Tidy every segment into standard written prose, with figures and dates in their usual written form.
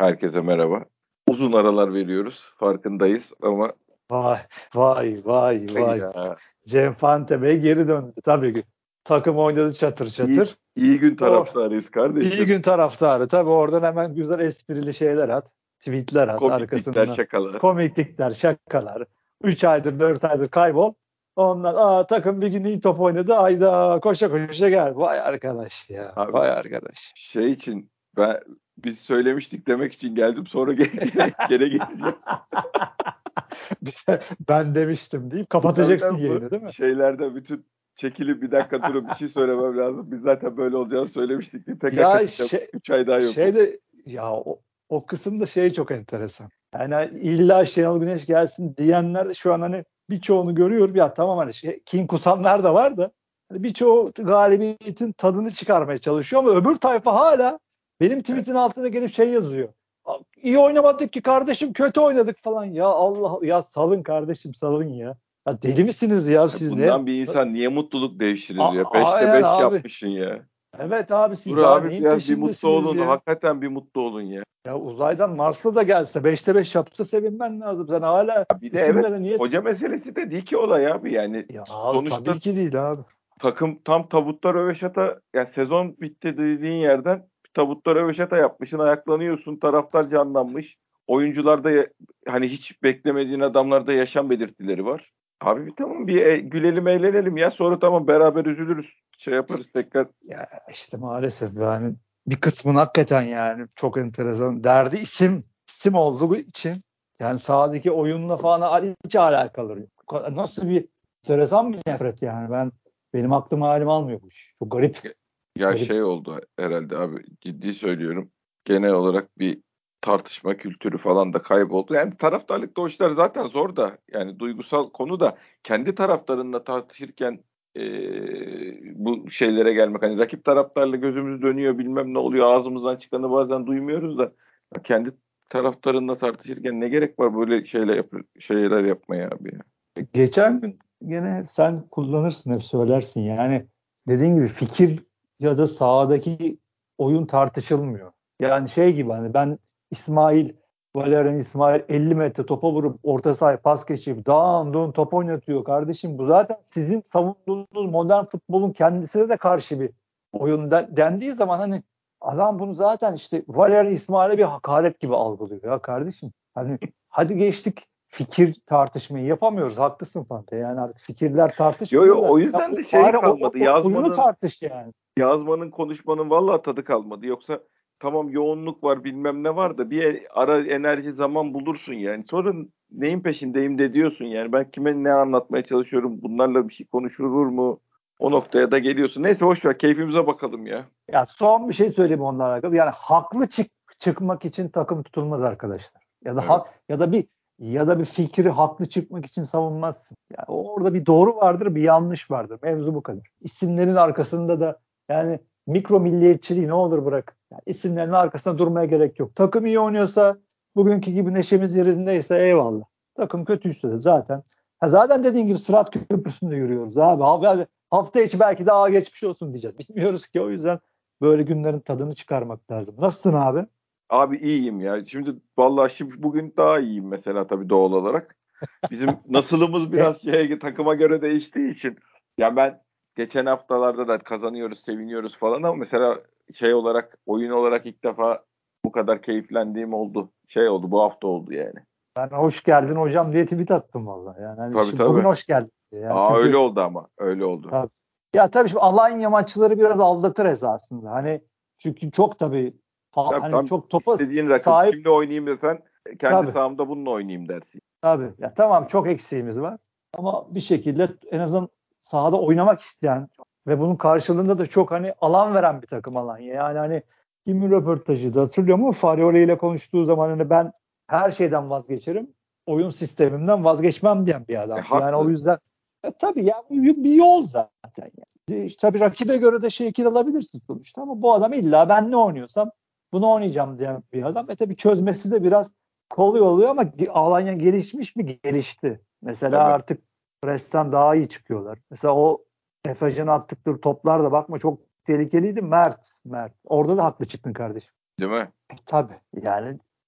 Herkese merhaba. Uzun aralar veriyoruz. Farkındayız ama Vay vay vay vay. ya, Cem Fante Bey geri döndü. Tabii ki takım oynadı çatır iyi, çatır. iyi gün Or taraftarıyız iyi kardeşim. gün taraftarı. Tabii oradan hemen güzel esprili şeyler at. Tweetler at Komiklikler, arkasından. şakalar. Komiklikler, şakalar. 3 aydır 4 aydır kaybol. Ondan takım bir gün iyi top oynadı. Ayda koşa koşa gel. Vay arkadaş ya. Abi Vay arkadaş. şey için biz söylemiştik demek için geldim sonra gene geleceğim. Ben demiştim deyip Tabii kapatacaksın tabii bu yayını değil mi? şeylerde bütün çekilip bir dakika durup bir şey söylemem lazım. Biz zaten böyle olacağını söylemiştik. Tekrar Ya kaçacağım. 3 ay daha yokum. şeyde ya o kısımda şey çok enteresan. Yani illa Şenol Güneş gelsin diyenler şu an hani birçoğunu görüyorum. Ya tamam hani kin kusanlar da var da hani birçoğu galibiyetin tadını çıkarmaya çalışıyor ama öbür tayfa hala benim tweetin altına gelip şey yazıyor. İyi oynamadık ki kardeşim, kötü oynadık falan. Ya Allah ya, salın kardeşim, salın ya. Ya deli misiniz ya siz, ne? Bundan bir insan niye mutluluk devşirir ya? 5'te Aynen 5 abi. yapmışsın ya. Evet abi, Dur siz daha abi neyin biraz bir mutlu peşindesiniz olun. ya? Hakikaten bir mutlu olun ya. Ya uzaydan Mars'ta da gelse 5'te 5 yapsa sevinmen lazım. Sen hala Bir de evet isimlere niye? hoca meselesi de değil ki olay abi. Yani Ya abi sonuçta tabii ki değil abi. takım tam tabutta röveşata yani sezon bitti dediğin yerden bir tabutta röveşata yapmışsın. Ayaklanıyorsun. Taraftar canlanmış. Oyuncularda hani hiç beklemediğin adamlarda yaşam belirtileri var. Abi bir tamam bir gülelim eğlenelim ya. Sonra tamam beraber üzülürüz. Şey yaparız tekrar. Ya işte maalesef yani bir kısmın hakikaten yani çok enteresan. Derdi isim olduğu için yani sahadaki oyunla falan hiç alakaları yok. Nasıl bir enteresan bir nefret yani. Benim aklım halim almıyor bu iş. Çok garip. Ya Garip. şey oldu herhalde abi ciddi söylüyorum. Genel olarak bir tartışma kültürü falan da kayboldu. Yani taraftarlıkta o işler zaten zor da yani duygusal konu da kendi taraftarınla tartışırken bu şeylere gelmek. Hani rakip taraftarla gözümüz dönüyor bilmem ne oluyor ağzımızdan çıkanı bazen duymuyoruz da kendi taraftarınla tartışırken ne gerek var böyle şeyler yapmaya abi ya. Geçen gün gene sen kullanırsın, hep söylersin yani, dediğin gibi fikir ya da sahadaki oyun tartışılmıyor. Yani şey gibi, hani ben Valerian İsmail 50 metre topa vurup orta sahaya pas geçirip dağın dağın top oynatıyor kardeşim. Bu zaten sizin savunduğunuz modern futbolun kendisine de karşı bir oyun dendiği zaman hani adam bunu zaten işte Valerian İsmail'e bir hakaret gibi algılıyor ya kardeşim. Hani hadi geçtik, fikir tartışmayı yapamıyoruz. Haklısın Fante. Yani artık fikirler Yo yo tartışmıyor da o ya, yüzden de şey bari kalmadı oyunu tartış yani. yazmanın, konuşmanın vallahi tadı kalmadı. Yoksa tamam yoğunluk var bilmem ne var da bir ara enerji zaman bulursun yani. Sonra neyin peşindeyim de diyorsun yani. Ben kime ne anlatmaya çalışıyorum? Bunlarla bir şey konuşulur mu? O noktaya da geliyorsun. Neyse boş ver keyfimize bakalım ya. Ya son bir şey söyleyeyim onunla alakalı. Yani haklı çıkmak için takım tutulmaz arkadaşlar. Ya da Evet. ya da bir fikri haklı çıkmak için savunmazsın. Yani orada bir doğru vardır, bir yanlış vardır. Mevzu bu kadar. İsimlerin arkasında da yani mikro milliyetçiliği ne olur bırak. Yani isimlerin arkasında durmaya gerek yok. Takım iyi oynuyorsa, bugünkü gibi neşemiz yerindeyse eyvallah. Takım kötüyse de zaten dediğin gibi Sırat Köprüsü'nde yürüyoruz abi. Hafta içi belki daha geçmiş olsun diyeceğiz. Bilmiyoruz ki, o yüzden böyle günlerin tadını çıkarmak lazım. Nasılsın abi? Abi iyiyim ya. Şimdi bugün daha iyiyim mesela tabii doğal olarak. Bizim nasılımız E, biraz takıma göre değiştiği için. Ya ben geçen haftalarda da kazanıyoruz, seviniyoruz falan ama mesela şey olarak, oyun olarak ilk defa bu kadar keyiflendiğim oldu. Şey oldu, bu hafta oldu yani. Ben hoş geldin hocam diye tweet attım vallahi. Yani hani Tabii bugün tabii. hoş geldin diye. Yani Öyle çünkü oldu ama. Öyle oldu. tabii, ya tabii şimdi Alanya maçları biraz aldatır esasında. Hani çünkü çok tabii Tabii hani tam çok topa istediğin rakip sahip, kimle oynayayım desen kendi tabii. sahamda bununla oynayayım dersin. Tabii. Ya tamam, çok eksiğimiz var. Ama bir şekilde en azından sahada oynamak isteyen ve bunun karşılığında da çok hani alan veren bir takım Alanya. Yani hani kimin röportajı da hatırlıyorum ama Farioli ile konuştuğu zaman hani ben her şeyden vazgeçerim, oyun sistemimden vazgeçmem diyen bir adam. Yani o Haklı. yüzden tabii ya, bu bir yol zaten yani. Tabii rakibe göre de şekil alabilirsin sonuçta ama bu adam illa ben ne oynuyorsam bunu oynayacağım diyen bir adam. Tabii çözmesi de biraz kolay oluyor ama Alanya gelişmiş mi? Gelişti. Mesela Tabii. artık presten daha iyi çıkıyorlar. Mesela o Efecan'ın attıkları toplar da bakma çok tehlikeliydi. Mert. Orada da haklı çıktın kardeşim. Değil mi? Tabii. Yani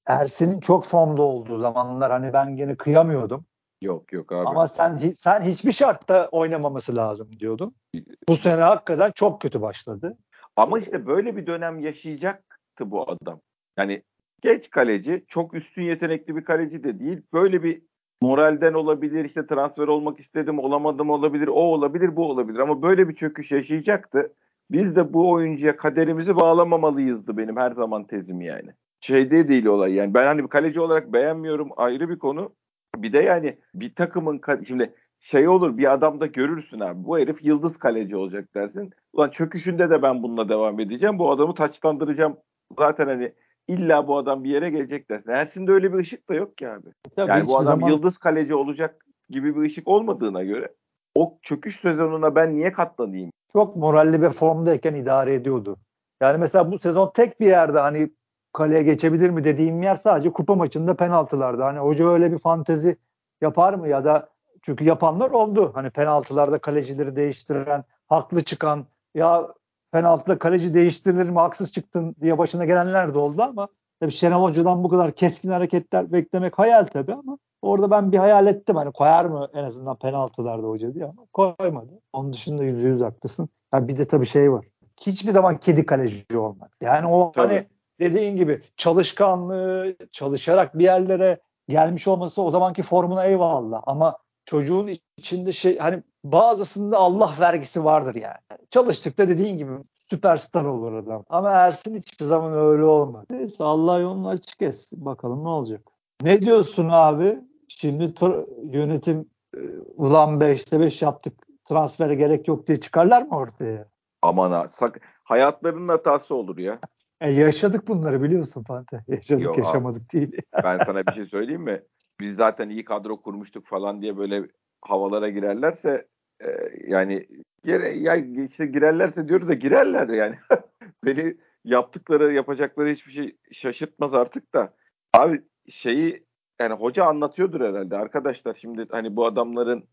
Ersin'in çok formda olduğu zamanlar hani ben gene kıyamıyordum. Yok abi. Ama sen hiçbir şartta oynamaması lazım diyordun. Bu sene hakikaten çok kötü başladı. Ama işte böyle bir dönem yaşayacaktı bu adam. Yani geç kaleci, çok üstün yetenekli bir kaleci de değil. Böyle bir moralden olabilir, işte transfer olmak istedim, olamadım olabilir, o olabilir, bu olabilir. Ama böyle bir çöküş yaşayacaktı. Biz de bu oyuncuya kaderimizi bağlamamalıyızdı benim her zaman tezim yani. Şeyde değil olay yani. Ben hani bir kaleci olarak beğenmiyorum, ayrı bir konu. Bir de yani bir takımın şimdi şey olur, bir adamda görürsün abi. Bu herif yıldız kaleci olacak dersin. Ulan çöküşünde de ben bununla devam edeceğim. Bu adamı taçlandıracağım. Zaten hani illa bu adam bir yere gelecek dersin. Ersin'de öyle bir ışık da yok ki abi. Tabii Yani bu hiçbir adam zaman yıldız kaleci olacak gibi bir ışık olmadığına göre o çöküş sezonuna ben niye katlanayım? çok moralli ve formdayken idare ediyordu. Yani mesela bu sezon tek bir yerde hani kaleye geçebilir mi dediğim yer sadece kupa maçında penaltılarda. Hani hoca öyle bir fantezi yapar mı ya da çünkü yapanlar oldu. Hani penaltılarda kalecileri değiştiren, haklı çıkan ya penaltıda kaleci değiştirilir mi haksız çıktın diye başına gelenler de oldu ama tabii Şenol Hoca'dan bu kadar keskin hareketler beklemek hayal tabii ama orada ben bir hayal ettim hani koyar mı en azından penaltılarda hoca diye ama koymadı. Onun dışında %100 haklısın. Ha bir de tabii şey var. Hiçbir zaman kedi kaleci olmaz. Yani o Tabii. hani dediğin gibi çalışkanlığı, çalışarak bir yerlere gelmiş olması o zamanki formuna eyvallah. Ama çocuğun içinde şey hani bazısında Allah vergisi vardır yani. Çalıştıkça dediğin gibi süperstar olur adam. Ama Ersin hiçbir zaman öyle olmaz. Neyse Allah yolunu açık etsin. Bakalım ne olacak. Ne diyorsun abi? Şimdi yönetim ulan 5'te 5 yaptık transfere gerek yok diye çıkarlar mı ortaya? Aman ha. Hayatlarının hatası olur ya. Yaşadık bunları biliyorsun Fante. Yaşadık Yok abi. yaşamadık değil. Ben sana bir şey söyleyeyim mi? Biz zaten iyi kadro kurmuştuk falan diye böyle havalara girerlerse e, yani ya işte girerlerse diyoruz da girerler yani. Beni yapacakları hiçbir şey şaşırtmaz artık da. Abi şeyi yani hoca anlatıyordur herhalde. Arkadaşlar şimdi hani bu adamların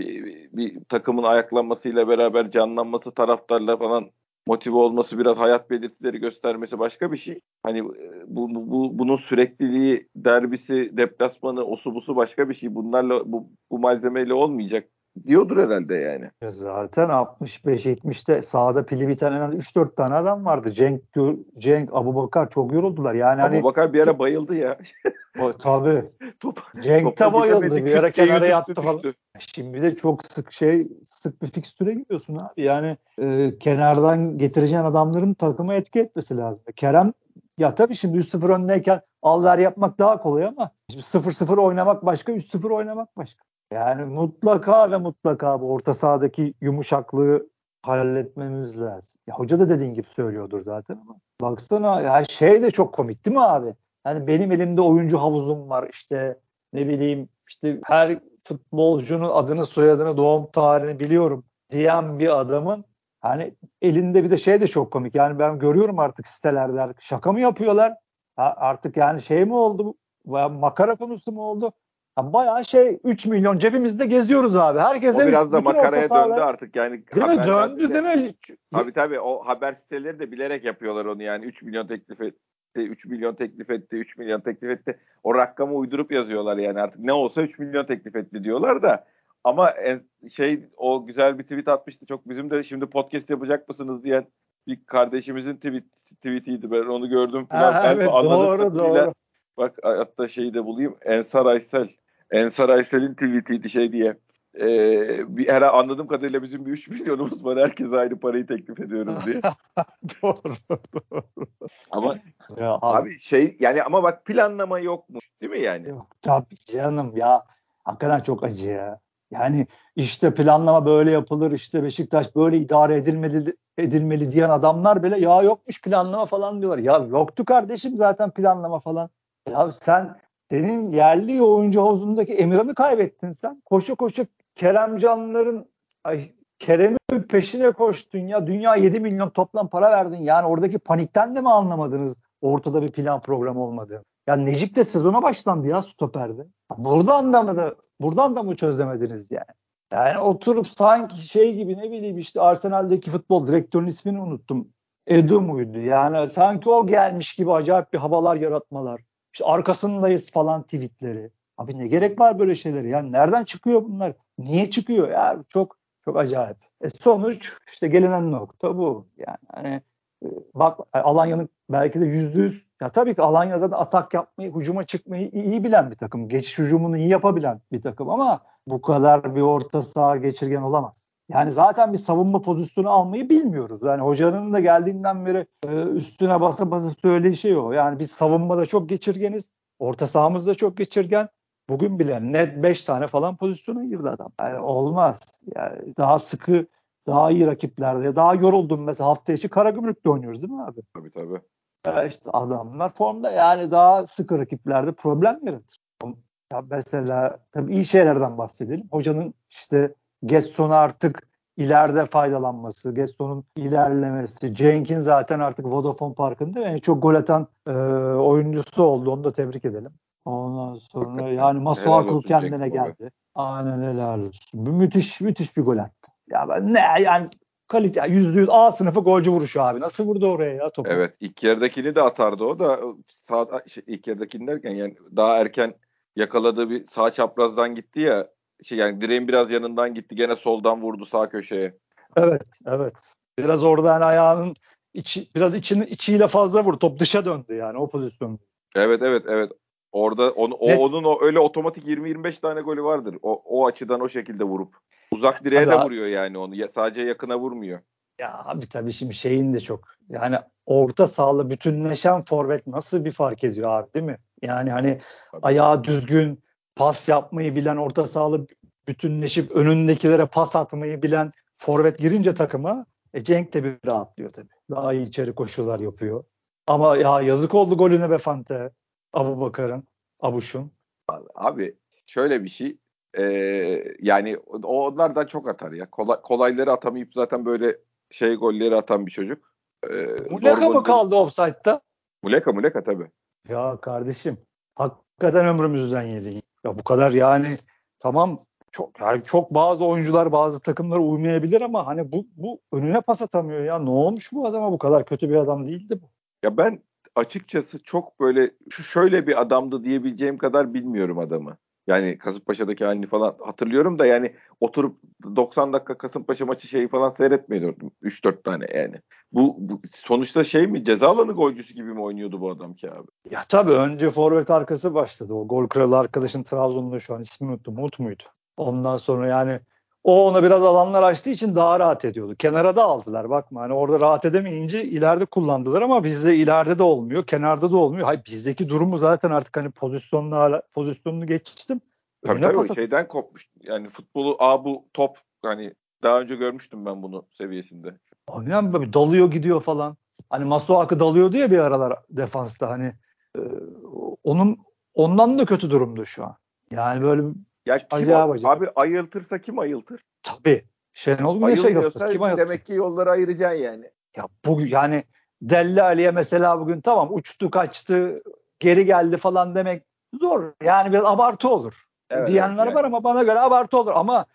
bir takımın ayaklanmasıyla beraber canlanması, taraftarla falan motive olması, biraz hayat belirtileri göstermesi başka bir şey. Hani bunun sürekliliği, derbisi, deplasmanı, osu busu başka bir şey. Bunlarla bu malzemeyle olmayacak diyordur herhalde yani. Ya zaten 65-70'te sahada pili biten en az 3-4 tane adam vardı. Cenk, Abubakar çok yoruldular. Yani hani Abubakar bir ara bayıldı ya. tabii Top, Cenk topa de bayıldı. gidemedi, Bir ara küt diye kenara yüzüstü yattı falan. düştü. Şimdi de çok sık bir fikstüre giriyorsun abi. Yani kenardan getireceğin adamların takıma etki etmesi lazım. Kerem ya tabii şimdi 3-0 öndeyken al ver yapmak daha kolay ama şimdi 0-0 oynamak başka, 3-0 oynamak başka. Yani mutlaka ve mutlaka bu orta sahadaki yumuşaklığı halletmemiz lazım. Ya hoca da dediğin gibi söylüyordur zaten ama. Baksana ya şey de çok komik değil mi abi? Yani benim elimde oyuncu havuzum var işte ne bileyim işte her futbolcunun adını soyadını doğum tarihini biliyorum diyen bir adamın hani elinde bir de şey de çok komik. Yani ben görüyorum artık sitelerde artık şaka mı yapıyorlar? Artık yani şey mi oldu? Makara konusu mu oldu? Ha, bayağı şey 3 milyon cebimizde geziyoruz abi. O Herkese biraz da bütün orta makaraya döndü sahalar artık. Yani değil mi? Döndü haberlerde değil mi? tabii o haber siteleri de bilerek yapıyorlar onu yani 3 milyon teklif etti, 3 milyon teklif etti, 3 milyon teklif etti. O rakamı uydurup yazıyorlar yani artık ne olsa 3 milyon teklif etti diyorlar da ama o güzel bir tweet atmıştı. Çok bizim de şimdi podcast yapacak mısınız diyen bir kardeşimizin tweetiydi. Ben onu gördüm falan. Ha, Ben evet anladığım doğru kadarıyla doğru. bak hatta şeyi de bulayım. Ensar Aysel. Ensar Aysel'in tweetiydi şey diye. Her anladığım kadarıyla bizim bir 3 milyonumuz var. Herkese aynı parayı teklif ediyoruz diye. Doğru doğru. Ama Ya abi abi yani ama bak planlama yokmuş değil mi yani? yok tabii canım ya hakikaten çok acı ya. Yani işte planlama böyle yapılır işte Beşiktaş böyle idare edilmeli diyen adamlar bile ya yokmuş planlama falan diyorlar. Ya yoktu kardeşim zaten planlama falan. Ya senin yerli oyuncu havuzundaki Emirhan'ı kaybettin sen. Koşu koşu Keremcanların ay Kerem'in peşine koştun ya. Dünya 7 milyon toplam para verdin. Yani oradaki panikten de mi anlamadınız? Ortada bir plan program olmadı. Ya Necip de sezona başlandı ya stoperde. Buradan da mı çözemediniz yani? Yani oturup sanki şey gibi ne bileyim işte Arsenal'deki futbol direktörünün ismini unuttum. Edu muydu? Yani sanki o gelmiş gibi acayip bir havalar yaratmalar. İşte arkasındayız falan tweetleri. Abi ne gerek var böyle şeyleri? Yani nereden çıkıyor bunlar? Niye çıkıyor? Ya çok çok acayip. Sonuç işte gelinen nokta bu. Yani hani bak Alanya'nın belki de %100 ya tabii ki Alanya'da da atak yapmayı, hücuma çıkmayı iyi bilen bir takım. Geçiş hücumunu iyi yapabilen bir takım ama bu kadar bir orta saha geçirgen olamaz. Yani zaten bir savunma pozisyonu almayı bilmiyoruz. Yani hocanın da geldiğinden beri üstüne basa basa söylediği şey o. Yani biz savunmada çok geçirgeniz. Orta sahamızda çok geçirgen. Bugün bile net 5 tane falan pozisyona girdi adam. Yani olmaz. Yani daha sıkı, daha iyi rakiplerde, daha yoruldum mesela hafta içi Karagümrük'te oynuyoruz değil mi abi? Tabii tabii. İşte adamlar formda yani daha sıkı rakiplerde problem yaratır. Ya mesela tabii iyi şeylerden bahsedelim. Hocanın işte Gesson'u artık ileride faydalanması, Gesson'un ilerlemesi, Cenk'in zaten artık Vodafone Parkı'nda en çok gol atan oyuncusu oldu. Onu da tebrik edelim. Ondan sonra Hakikaten yani helal Masuaku olsun Cenk kendine Tosun'a. geldi. Aynen helal olsun. Müthiş müthiş bir gol attı. Ya ben ne yani kalite %100 A sınıfı golcü vuruşu abi. Nasıl vurdu oraya ya topu? Evet, ilk yarıdakini de atardı o da ilk yarıdakini derken yani daha erken yakaladığı bir sağ çaprazdan gitti ya, yani direğin biraz yanından gitti, gene soldan vurdu sağ köşeye. Evet, evet. Biraz oradan ayağının biraz içiyle fazla vurdu. Top dışa döndü yani o pozisyonda. Evet, evet, evet. Orada Net. onun öyle otomatik 20-25 tane golü vardır. O açıdan o şekilde vurup uzak direğe Tabii de abi. vuruyor yani onu. Sadece yakına vurmuyor. Ya abi tabii şimdi şeyin de çok. Yani orta sahalı bütünleşen forvet nasıl bir fark ediyor abi değil mi? Yani hani Tabii. ayağı düzgün, pas yapmayı bilen orta sahalı bütünleşip önündekilere pas atmayı bilen forvet girince takıma Cenk de bir rahatlıyor tabii. Daha iyi içeri koşular yapıyor. Ama ya yazık oldu golüne be Fante. Abubakar'ın, Abuş'un. Abi şöyle bir şey. Yani onlardan çok atar ya. Kolayları atamayıp zaten böyle golleri atan bir çocuk. Zor Muleka mı golleri. kaldı offside'da? Muleka tabii. Ya kardeşim hakikaten ömrümüzden yedin. Ya bu kadar yani tamam çok yani çok bazı oyuncular bazı takımlara uymayabilir ama hani bu önüne pas atamıyor ya. Ne olmuş bu adama bu kadar kötü bir adam değildi bu. Ya ben açıkçası çok böyle şöyle bir adamdı diyebileceğim kadar bilmiyorum adamı. Yani Kasımpaşa'daki halini falan hatırlıyorum da yani oturup 90 dakika Kasımpaşa maçı falan seyretmiyordum. 3-4 tane yani. Bu sonuçta mi, ceza alanı golcüsü gibi mi oynuyordu bu adam ki abi? Ya tabii önce forvet arkası başladı. O gol kralı arkadaşın Trabzon'da şu an ismini unuttum. Umut muydu? Ondan sonra yani o ona biraz alanlar açtığı için daha rahat ediyordu. Kenara da aldılar bakma. Hani orada rahat edemeyince ileride kullandılar ama bizde ileride de olmuyor. Kenarda da olmuyor. Hayır bizdeki durumu zaten artık hani pozisyonunu geçtim. Tabii Önüne tabii, o pas atın. şeyden kopmuş. Yani futbolu bu top, hani daha önce görmüştüm ben bunu seviyesinde. Oynayan böyle dalıyor gidiyor falan. Hani Masuaku dalıyordu ya bir aralar defansta hani e, onun ondan da kötü durumda şu an. Yani böyle Ya kim acayip acayip. abi ayıltırsa kim ayıltır? Tabii. Şenol Güneş'e göster. Ayılmıyorsa Kim ayılsın? demek ki yolları ayıracaksın yani. Ya bu yani Delle Ali'ye mesela bugün tamam uçtu kaçtı geri geldi falan demek zor. Yani biraz abartı olur. Evet, evet, Diyenler var yani. ama bana göre abartı olur. Ama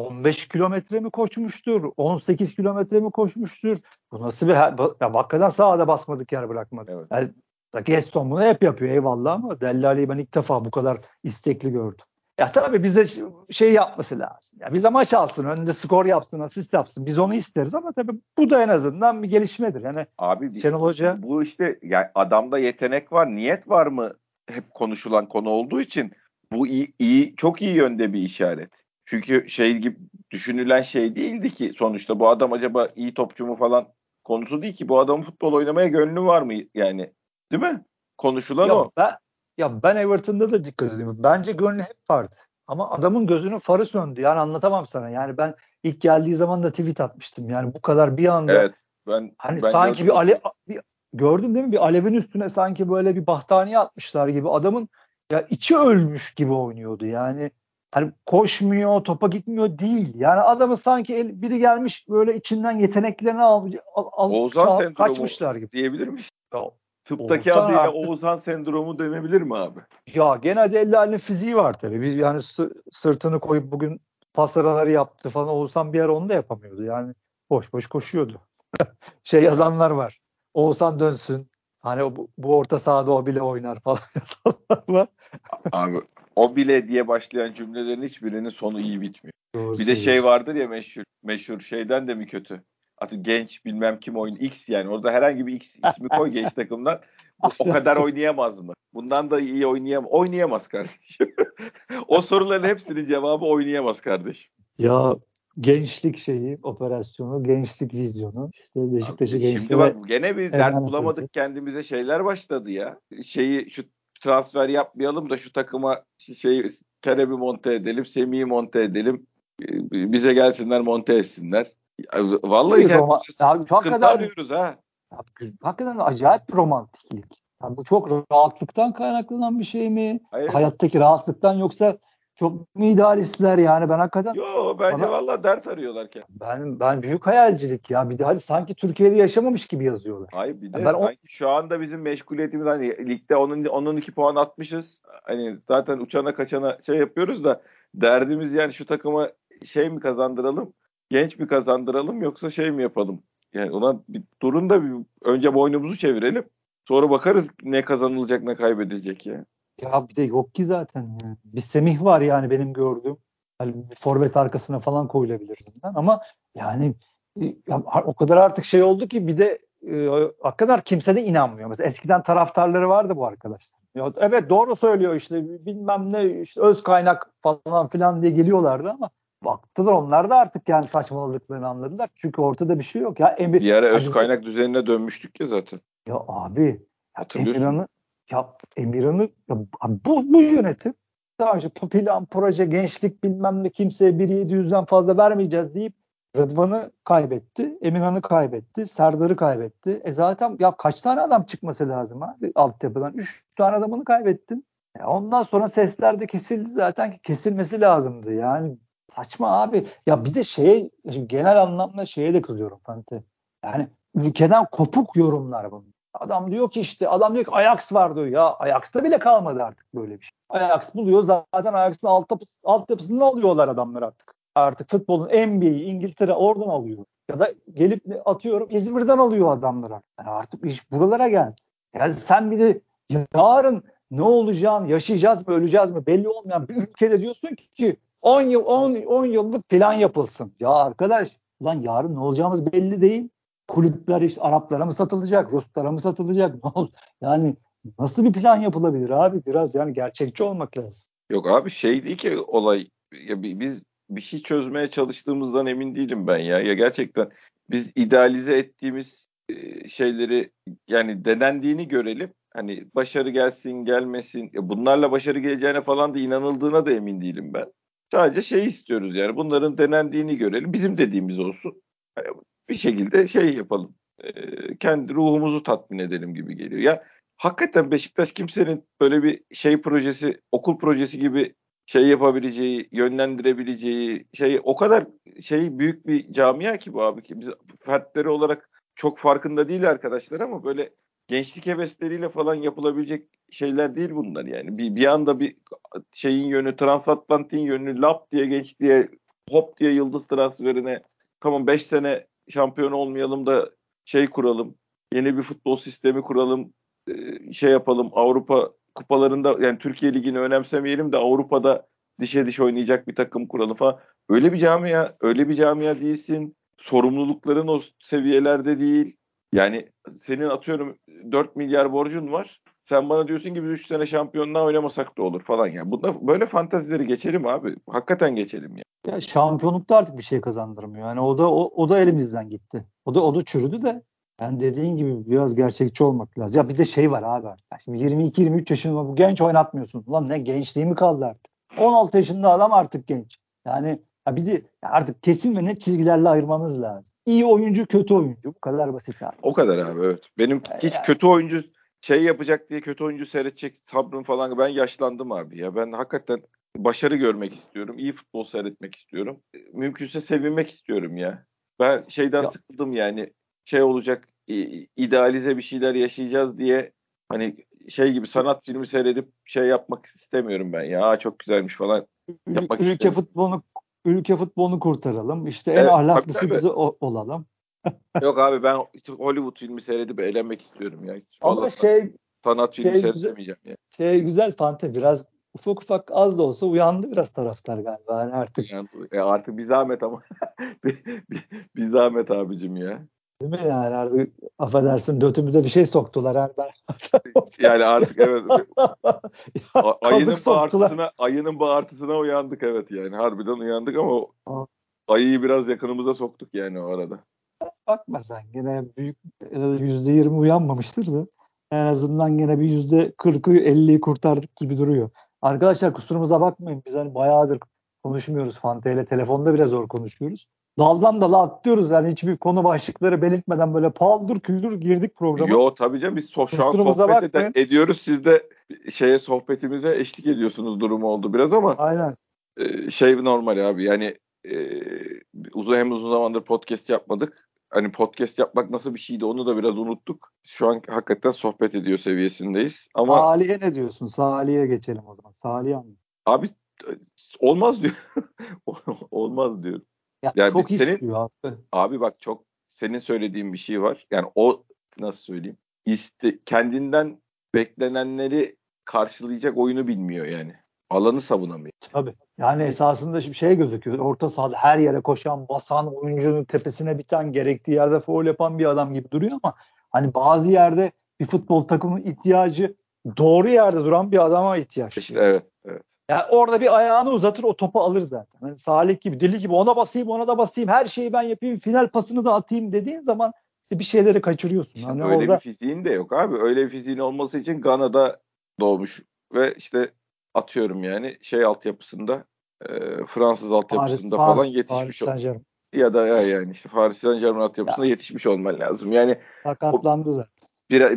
15 kilometre mi koşmuştur? 18 kilometre mi koşmuştur? Bu nasıl bir ya hakikaten sahada basmadık yer bırakmadı. Evet. Yani, Gaston bunu hep yapıyor eyvallah ama Delle Ali'yi ben ilk defa bu kadar istekli gördüm. Ya tabii bize şey yapması lazım. Ya bize maç alsın, önünde skor yapsın, asist yapsın. Biz onu isteriz ama tabii bu da en azından bir gelişmedir. Yani Abi Şenol Hoca bu işte yani adamda yetenek var, niyet var mı? Hep konuşulan konu olduğu için bu çok iyi yönde bir işaret. Çünkü gibi düşünülen değildi ki sonuçta, bu adam acaba iyi topçu mu falan konusu değil ki. Bu adamın futbol oynamaya gönlü var mı yani? Değil mi? Konuşulan ya o. ben ben Everton'da da dikkat ediyorum. Bence gönlü hep vardı. Ama adamın gözünün farı söndü. Yani anlatamam sana. Yani ben ilk geldiği zaman da tweet atmıştım. Yani bu kadar bir anda Evet, ben hani ben sanki gördüm o tweet. gördün değil mi? Bir alevin üstüne sanki böyle bir battaniye atmışlar gibi. Adamın ya içi ölmüş gibi oynuyordu. Yani hani koşmuyor, topa gitmiyor değil. Yani adamı sanki biri gelmiş böyle içinden yeteneklerini Oğuzhan sendromu kaçmışlar gibi. diyebilir miyiz? Ya, Tıptaki Oğuzhan adıyla artık Oğuzhan sendromu denebilir mi abi? ya gene de Ellal'in fiziği var tabii. Biz yani sırtını koyup bugün pas araları yaptı falan. Oğuzhan bir ara onu da yapamıyordu. Yani boş boş koşuyordu. Şey Ya yazanlar var. Oğuzhan dönsün. Hani bu orta sahada o bile oynar falan yazanlar var. Abi o bile diye başlayan cümlelerin hiçbirinin sonu iyi bitmiyor. Doğru Bir de şey söylüyorsun. vardır ya meşhur şeyden de mi kötü? Artık genç bilmem kim oyun X yani orada herhangi bir X ismi koy genç takımdan. Bu o kadar oynayamaz mı? Bundan da iyi oynayamaz kardeşim. O soruların hepsinin cevabı oynayamaz kardeşim. Ya gençlik şeyi, operasyonu, gençlik vizyonu. İşte Beşiktaş'ı Şimdi gençlere bak gene bir dert emanet bulamadık edeceğiz. kendimize şeyler başladı ya. Şu transfer yapmayalım da şu takıma Kerem'i monte edelim, Semih'i monte edelim. Bize gelsinler monte etsinler. Nasıl Vallahi bir roman? kendimize Ya sıkıntı hakikaten, arıyoruz ha. ya, hakikaten acayip bir romantiklik. Ya bu çok rahatlıktan kaynaklanan bir şey mi? Hayır. Hayattaki rahatlıktan, yoksa çok mu idealistler yani? Ben hakikaten Yo bence bana vallahi dert arıyorlar kendini. ben büyük hayalcilik ya. Bir de hadi sanki Türkiye'de yaşamamış gibi yazıyorlar. Hayır bir Ya de ben o sanki şu anda bizim meşguliyetimiz hani ligde 12 puan atmışız. Hani zaten uçana kaçana şey yapıyoruz da derdimiz yani şu takıma şey mi kazandıralım, genç mi kazandıralım yoksa şey mi yapalım? Yani ona bir durun da bir önce boynumuzu çevirelim. Sonra bakarız ne kazanılacak ne kaybedilecek ya. Ya bir de yok ki zaten yani. Bir Semih var yani benim gördüğüm. Hani bir forvet arkasına falan koyulabilir zaten. Ama yani ya o kadar artık şey oldu ki, bir de hakikaten kimse de inanmıyor. Mesela eskiden taraftarları vardı bu arkadaşlar. Ya, evet doğru söylüyor işte, bilmem ne işte öz kaynak falan filan diye geliyorlardı ama baktılar onlar da artık yani saçmaladıklarını anladılar. Çünkü ortada bir şey yok. Ya Emir, Bir ara öz hadi kaynak düzenine dönmüştük ya zaten. ya abi, ya Hatırlıyorsun. Emirhan'ı ya, abi bu yönetim daha önce plan, proje, gençlik bilmem ne, kimseye 1.700'den fazla vermeyeceğiz deyip Rıdvan'ı kaybetti, Emirhan'ı kaybetti, Serdar'ı kaybetti. Zaten ya kaç tane adam çıkması lazım abi altyapıdan? 3 tane adamını kaybettin. Ondan sonra sesler de kesildi zaten, ki kesilmesi lazımdı. Yani saçma abi. Ya bir de şimdi genel anlamda şeye de kızıyorum Fante. Yani ülkeden kopuk yorumlar bunlar. Adam diyor ki Ajax var diyor. Ya Ajax'ta bile kalmadı artık böyle bir şey. Ajax buluyor zaten, Ajax'ın altyapısını alıyorlar adamlar artık. Artık futbolun NBA'yi İngiltere oradan alıyor. Ya da gelip atıyorum İzmir'den alıyor adamlar artık. Yani artık iş buralara geldi. Yani sen bir de yarın ne olacağını, yaşayacağız mı öleceğiz mi belli olmayan bir ülkede diyorsun ki 10 yıllık plan yapılsın. Ya arkadaş, ulan yarın ne olacağımız belli değil. Kulüpler işte Araplara mı satılacak, Ruslara mı satılacak? Yani nasıl bir plan yapılabilir abi? Biraz yani gerçekçi olmak lazım. Yok abi şey değil ki olay ya biz bir şey çözmeye çalıştığımızdan emin değilim ben ya. Ya gerçekten biz idealize ettiğimiz şeyleri yani denendiğini görelim. Hani başarı gelsin gelmesin bunlarla başarı geleceğine falan da inanıldığına da emin değilim ben. Sadece şey istiyoruz yani bunların denendiğini görelim. Bizim dediğimiz olsun. Yani bir şekilde şey yapalım. Kendi ruhumuzu tatmin edelim gibi geliyor. Ya hakikaten Beşiktaş kimsenin böyle bir şey projesi, okul projesi gibi şey yapabileceği, yönlendirebileceği şey o kadar şey büyük bir camia ki bu abi ki biz fertleri olarak çok farkında değil arkadaşlar ama böyle gençlik hevesleriyle falan yapılabilecek şeyler değil bunlar yani. Bir anda bir şeyin yönü, transatlantin yönü lap diye gençliğe hop diye yıldız transferine tamam 5 sene şampiyon olmayalım da şey kuralım. Yeni bir futbol sistemi kuralım şey yapalım Avrupa kupalarında yani Türkiye Ligi'ni önemsemeyelim de Avrupa'da dişe diş oynayacak bir takım kuralım falan. Öyle bir camia değilsin. Sorumlulukların o seviyelerde değil. Yani senin atıyorum 4 milyar borcun var. Sen bana diyorsun ki biz 3 sene şampiyonluğa oynamasak da olur falan yani. Böyle fantazileri geçelim abi. Hakikaten geçelim ya. Ya şampiyonlukta artık bir şey kazandırmıyor. Yani o da elimizden gitti. O da çürüdü de. Yani dediğin gibi biraz gerçekçi olmak lazım. Ya bir de şey var abi artık. Şimdi 22-23 yaşında bu genç oynatmıyorsun. Ulan ne gençliği mi kaldı artık? 16 yaşında adam artık genç. Yani ya bir de artık kesin ve net çizgilerle ayırmamız lazım. İyi oyuncu, kötü oyuncu. Bu kadar basit abi. O kadar abi evet. Benim hiç Yani kötü oyuncu şey yapacak diye kötü oyuncu seyredecek sabrım falan ben yaşlandım abi ya. Ben hakikaten başarı görmek istiyorum. İyi futbol seyretmek istiyorum. Mümkünse sevinmek istiyorum ya. Ben şeyden ya, sıkıldım yani. Şey olacak idealize bir şeyler yaşayacağız diye hani şey gibi sanat filmi seyredip şey yapmak istemiyorum ben ya. Aa, çok güzelmiş falan ül- yapmak ülke istemiyorum. futbolunu ülke futbolunu kurtaralım. İşte en Evet, tabii ahlaklısı tabii. bize olalım. Yok abi ben Hollywood filmi seyredip eğlenmek istiyorum ya. Hiç Ama vallahi sanat filmi güzel, seyredemeyeceğim ya. güzel Fante biraz ufak ufak az da olsa uyandı biraz taraftar galiba. Yani artık Yani, artık bir zahmet ama. bir, bir zahmet abicim ya. değil mi yani artık affedersin götümüze bir şey soktular. Yani ben Yani artık evet ya, kazık soktular. ayının bağırtısına uyandık evet yani. Harbiden uyandık ama Aa, ayıyı biraz yakınımıza soktuk yani o arada. bakma sen gene büyük %20 uyanmamıştır da en azından gene bir %40'ı 50'yi kurtardık gibi duruyor. Arkadaşlar kusurumuza bakmayın. Biz hani bayağıdır konuşmuyoruz Fante ile telefonda bile zor konuşuyoruz. Daldan dala atlıyoruz yani hiçbir konu başlıkları belirtmeden böyle paldır küldür girdik programa. Yo tabii canım biz şu an Kusurumuza sohbet bakmayın. ediyoruz. Siz de sohbetimize eşlik ediyorsunuz durumu oldu biraz ama Aynen. normal abi yani uzun zamandır podcast yapmadık. Hani podcast yapmak nasıl bir şeydi onu da biraz unuttuk. Şu an hakikaten sohbet ediyor seviyesindeyiz. Ama Salih'e ne diyorsun? Salih'e geçelim o zaman. Salih anlat. abi olmaz diyor. Olmaz diyor. Ya Yani çok istiyor abi. abi bak çok senin söylediğin bir şey var. Yani nasıl söyleyeyim? Kendinden beklenenleri karşılayacak oyunu bilmiyor yani. Alanı savunamıyor. Tabii. Yani esasında şimdi şey gözüküyor. Orta sahada her yere koşan, basan, oyuncunun tepesine biten, gerektiği yerde faul yapan bir adam gibi duruyor ama hani bazı yerde bir futbol takımının ihtiyacı doğru yerde duran bir adama ihtiyaç İşte duyuyor. evet, evet. Yani orada bir ayağını uzatır o topu alır zaten. Hani Salih gibi deli gibi ona basayım ona da basayım her şeyi ben yapayım final pasını da atayım dediğin zaman işte bir şeyleri kaçırıyorsun. İşte Hani öyle bir orada fiziğin de yok abi. Öyle bir fiziğin olması için Gana'da doğmuş ve işte atıyorum yani altyapısında Fransız altyapısında falan Paris yetişmiş Saint-Germain. ya da yani işte Paris Saint-Germain altyapısında Ya yetişmiş olman lazım. Yani o sakatlandı zaten.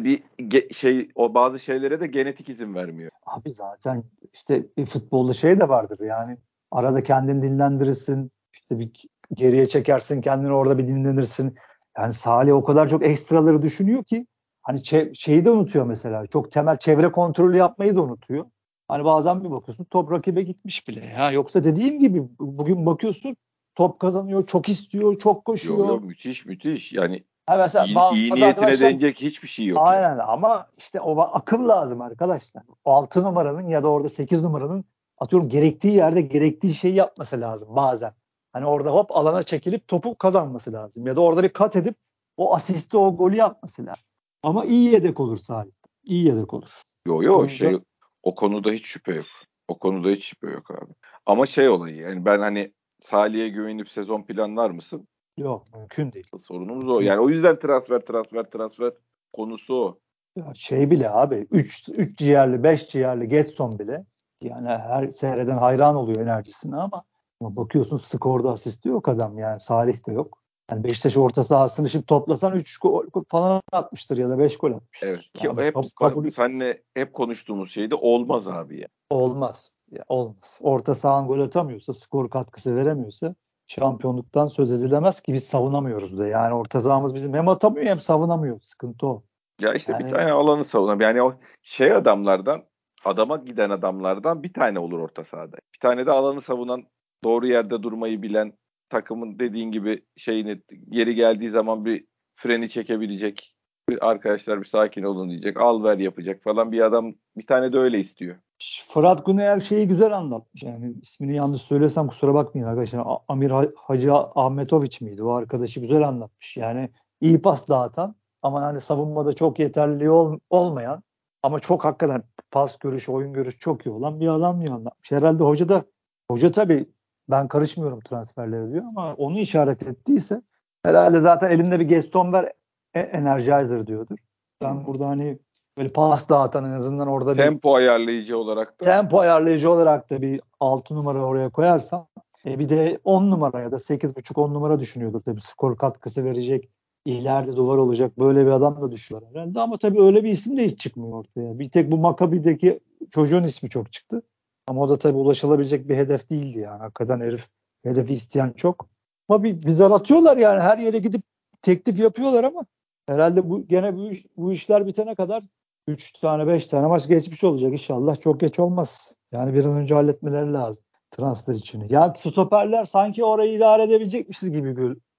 o bazı şeylere de genetik izin vermiyor. Abi zaten işte bir futbolda şey de vardır yani arada kendini dinlendirirsin işte bir geriye çekersin kendini orada bir dinlenirsin. Yani Salih o kadar çok ekstraları düşünüyor ki hani şeyi de unutuyor mesela çok temel çevre kontrolü yapmayı da unutuyor. Hani bazen bir bakıyorsun top rakibe gitmiş bile ya yoksa dediğim gibi bugün bakıyorsun top kazanıyor çok istiyor çok Yo yo koşuyor. müthiş müthiş. Yani Ha mesela iyi bazı niyetine arkadaşlar denecek hiçbir şey yok yani. aynen ama işte o akıl lazım arkadaşlar. O 6 numaranın ya da orada 8 numaranın atıyorum gerektiği yerde gerektiği şeyi yapması lazım bazen. Hani orada hop alana çekilip topu kazanması lazım. Ya da orada bir kat edip o asisti o golü yapması lazım. Ama iyi yedek olur Salih. İyi yedek olur. Yo yo Oyuncu o konuda hiç şüphe yok. O konuda hiç şüphe yok abi. Ama olayı yani ben hani Salih'e güvenip sezon planlar mısın? yok mümkün değil. Sorunumuz o. Mümkün Yani değil. o yüzden transfer konusu o. Ya şey bile abi 3 ciğerli 5 ciğerli Getson bile yani her seyreden hayran oluyor enerjisine ama bakıyorsun skorda asist yok adam yani Salih de yok. Yani Beşiktaş orta sahasını şimdi toplasan 3 gol falan atmıştır ya da 5 gol Evet atmıştır. ki Abi hep kabul seninle hep konuştuğumuz şey de olmaz abi ya. olmaz. Ya olmaz. Orta sahan gol atamıyorsa, skor katkısı veremiyorsa şampiyonluktan söz edilemez ki biz savunamıyoruz da. Yani orta sahamız bizim hem atamıyor hem savunamıyor. Sıkıntı o. Ya işte bir Yani tane alanı savunan yani o adamlardan adama giden adamlardan bir tane olur orta sahada. Bir tane de alanı savunan doğru yerde durmayı bilen takımın dediğin gibi yeri geldiği zaman bir freni çekebilecek. Arkadaşlar bir sakin olun diyecek. Al ver yapacak falan bir adam bir tane de öyle istiyor. Fırat Güneyer şeyi güzel anlatmış. Yani ismini yanlış söylesem kusura bakmayın arkadaşlar. Amir Hacı Ahmetoviç miydi? O arkadaşı güzel anlatmış. Yani iyi pas dağıtan ama hani savunmada çok yeterli olmayan ama çok hakikaten pas görüşü, oyun görüşü çok iyi olan bir adam diye anlatmış. Herhalde hoca tabii ben karışmıyorum transferlere diyor ama onu işaret ettiyse herhalde zaten elinde bir Gaston ver Energizer diyordur. Hı Ben hı. burada hani böyle pas dağıtan en azından orada bir Tempo ayarlayıcı olarak da tempo ayarlayıcı olarak da bir 6 numara oraya koyarsam bir de 10 numara ya da 8,5-10 numara düşünüyordur tabii skor katkısı verecek ileride duvar olacak böyle bir adam da düşünüyor herhalde ama tabii öyle bir isim de hiç çıkmıyor ortaya. Bir tek bu Maccabi'deki çocuğun ismi çok çıktı ama o da tabii ulaşılabilecek bir hedef değildi yani hakikaten herif hedefi isteyen çok ama bir bize atıyorlar yani her yere gidip teklif yapıyorlar ama herhalde gene bu işler bitene kadar 3 tane 5 tane maç geçmiş olacak inşallah. Çok geç olmaz. Yani bir an önce halletmeleri lazım transfer içini. Yani stoperler sanki orayı idare edebilecekmişiz gibi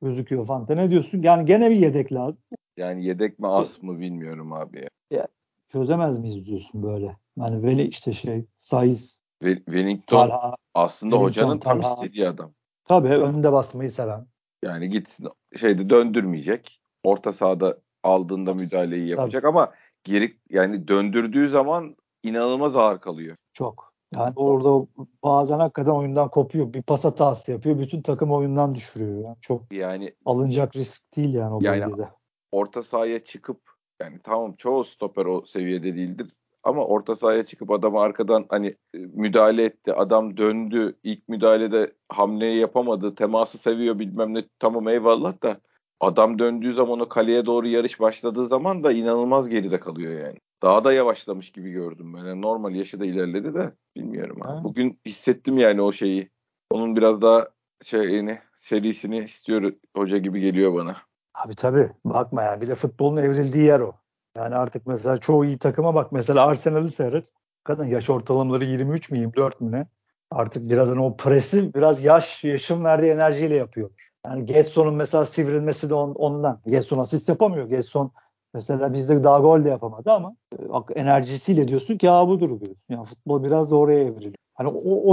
gözüküyor Fante. Ne diyorsun? Yani gene bir yedek lazım. Yani yedek mi as mı bilmiyorum abi ya. Ya, çözemez miyiz diyorsun böyle. Yani Veli işte Saiz, Wellington Talha, aslında Wellington, hocanın tam Talha. istediği adam. Tabii önde basmayı seven. Yani gitsin şeyde döndürmeyecek. Orta sahada aldığında müdahaleyi Tabii yapacak ama geri yani döndürdüğü zaman inanılmaz ağır kalıyor. çok. Yani orada bazen hakikaten oyundan kopuyor. Bir pas hatası yapıyor. Bütün takım oyundan düşürüyor. Yani çok Yani alınacak risk değil yani o yani bölgede. orta sahaya çıkıp yani tamam çoğu stoper o seviyede değildir ama orta sahaya çıkıp adamı arkadan hani müdahale etti. Adam döndü. İlk müdahalede hamleyi yapamadı. Teması seviyor bilmem ne. Tamam eyvallah da adam döndüğü zaman o kaleye doğru yarış başladığı zaman da inanılmaz geride kalıyor yani. Daha da yavaşlamış gibi gördüm ben. Yani normal yaşı da ilerledi de bilmiyorum abi. Ha? Bugün hissettim yani o şeyi. Onun biraz daha şeyini serisini istiyor hoca gibi geliyor bana. Abi tabii. Bakma ya. Bir de futbolun evrildiği yer o. Yani artık mesela çoğu iyi takıma bak. Mesela Arsenal'ı seyret. Kadın yaş ortalamaları 23 mi 24 mü ne? Artık biraz hani o presi biraz yaşın verdiği enerjiyle yapıyor. Yani Getson'un mesela sivrilmesi de ondan. Getson asist yapamıyor. Getson mesela bizde daha gol de yapamadı ama enerjisiyle diyorsun ki ya budur diyorsun. Yani futbol biraz da oraya evriliyor. Hani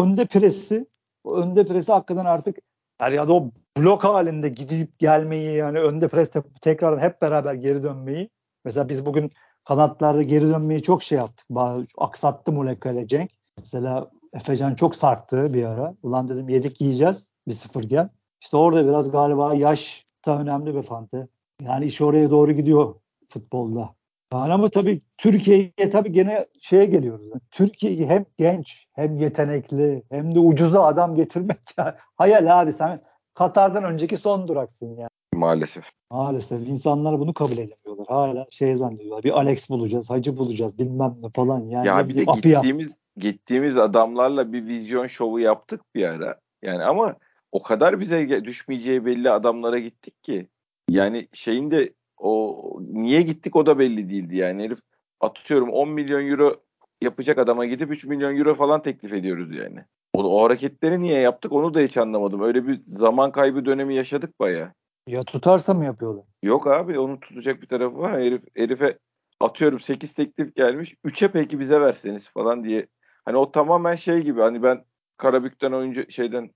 o önde presi hakikaten artık yani ya da o blok halinde gidip gelmeyi yani önde pres yapıp tekrardan hep beraber geri dönmeyi. Mesela biz bugün kanatlarda geri dönmeyi çok şey yaptık. Aksattı Muleka'yla Cenk. Mesela Efecan çok sarktı bir ara. Ulan dedim yedik yiyeceğiz. 1-0 gel. İşte orada biraz galiba yaş da önemli bir Fante. Yani iş oraya doğru gidiyor futbolda. Yani ama tabii Türkiye'ye tabii gene şeye geliyoruz. Türkiye'yi hem genç hem yetenekli hem de ucuza adam getirmek ya. Hayal abi sen Katar'dan önceki son duraksın ya. Maalesef. Maalesef insanlar bunu kabul edemiyorlar. Hala şey zannediyorlar. Bir Alex bulacağız, Hacı bulacağız bilmem ne falan. Yani ne Ya bir de bileyim Apiyah. gittiğimiz adamlarla bir vizyon şovu yaptık bir ara. Yani ama o kadar bize düşmeyeceği belli adamlara gittik ki. Yani şeyin de o niye gittik o da belli değildi yani. Herif atıyorum 10 milyon euro yapacak adama gidip 3 milyon euro falan teklif ediyoruz yani. O hareketleri niye yaptık onu da hiç anlamadım. Öyle bir zaman kaybı dönemi yaşadık bayağı. Ya tutarsa mı yapıyorlar? Yok abi onu tutacak bir tarafı var. Herife atıyorum 8 teklif gelmiş. 3'e peki bize verseniz falan diye. Hani o tamamen şey gibi hani ben Karabük'ten oyuncu şeyden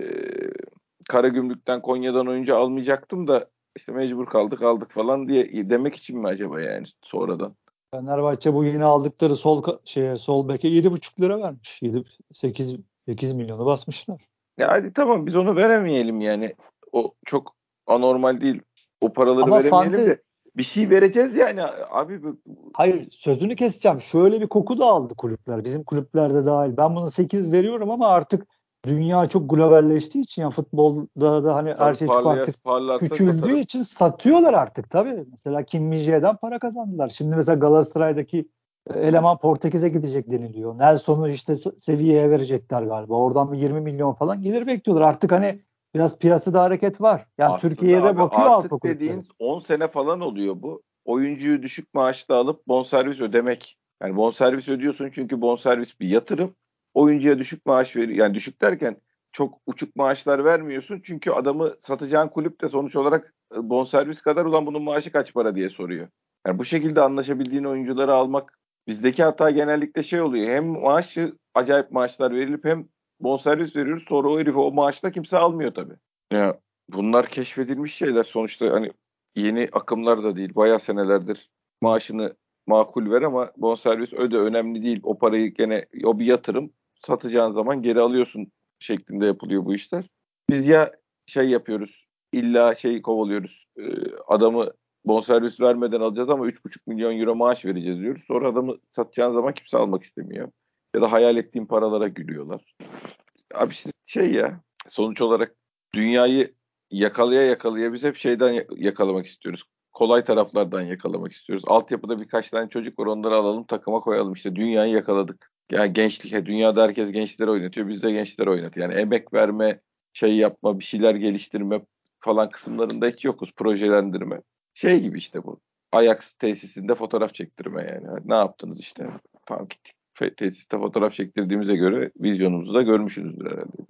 Karagümrük'ten Konya'dan oyuncu almayacaktım da işte mecbur kaldık falan diye demek için mi acaba yani sonradan? Fenerbahçe bu yeni aldıkları sol beke 7,5 lira vermiş. 8 milyonu basmışlar. Ya hadi tamam biz onu veremeyelim yani. O çok anormal değil. O paraları Ama veremeyelim Fante de bir şey vereceğiz yani abi. hayır sözünü keseceğim. Şöyle bir koku da aldı kulüpler. Bizim kulüplerde dahil. Ben buna 8 veriyorum ama artık dünya çok globalleştiği için ya futbolda da hani her Tabii şey çok artık parlarsa küçüldüğü satarım. için satıyorlar artık tabii. Mesela Kim Min-jae'den para kazandılar. Şimdi mesela Galatasaray'daki eleman Portekiz'e gidecek deniliyor. Nelson'u işte Sevilla'ya verecekler galiba. Oradan bir 20 milyon falan gelir bekliyorlar. Artık hani biraz piyasada hareket var. Yani Aslında Türkiye'ye de abi bakıyor Avrupa artık kulüpleri. dediğin 10 sene falan oluyor bu. Oyuncuyu düşük maaşla alıp bonservis ödemek. Yani bonservis ödüyorsun çünkü bonservis bir yatırım. Oyuncuya düşük maaş veriyor. Yani düşük derken çok uçuk maaşlar vermiyorsun. Çünkü adamı satacağın kulüp de sonuç olarak bonservis kadar ulan bunun maaşı kaç para diye soruyor. Yani bu şekilde anlaşabildiğin oyuncuları almak bizdeki hata genellikle şey oluyor. Hem maaşı acayip maaşlar verilip hem bonservis veriyoruz. Sonra o herifi o maaşla kimse almıyor tabii. Ya bunlar keşfedilmiş şeyler. Sonuçta hani yeni akımlar da değil. Bayağı senelerdir maaşını makul ver ama bonservis öde önemli değil. O parayı gene o bir yatırım satacağın zaman geri alıyorsun şeklinde yapılıyor bu işler. Biz ya şey yapıyoruz illa şeyi kovalıyoruz. Adamı bonservis vermeden alacağız ama 3,5 milyon euro maaş vereceğiz diyoruz. Sonra adamı satacağın zaman kimse almak istemiyor. Ya da hayal ettiğin paralara gülüyorlar. Abi işte şey ya sonuç olarak dünyayı yakalaya yakalaya biz hep şeyden yakalamak istiyoruz. Kolay taraflardan yakalamak istiyoruz. Altyapıda birkaç tane çocuk var onları alalım takıma koyalım işte dünyayı yakaladık. Yani gençlik dünyada herkes gençleri oynatıyor biz de gençleri oynatıyor. Yani emek verme, şey yapma, bir şeyler geliştirme falan kısımlarında hiç yokuz. Projelendirme. Şey gibi işte bu. Ajax tesisinde fotoğraf çektirme yani. Ne yaptınız işte? Tamam gittik. Tesiste fotoğraf çektirdiğimize göre vizyonumuzu da görmüşsünüzdür herhalde.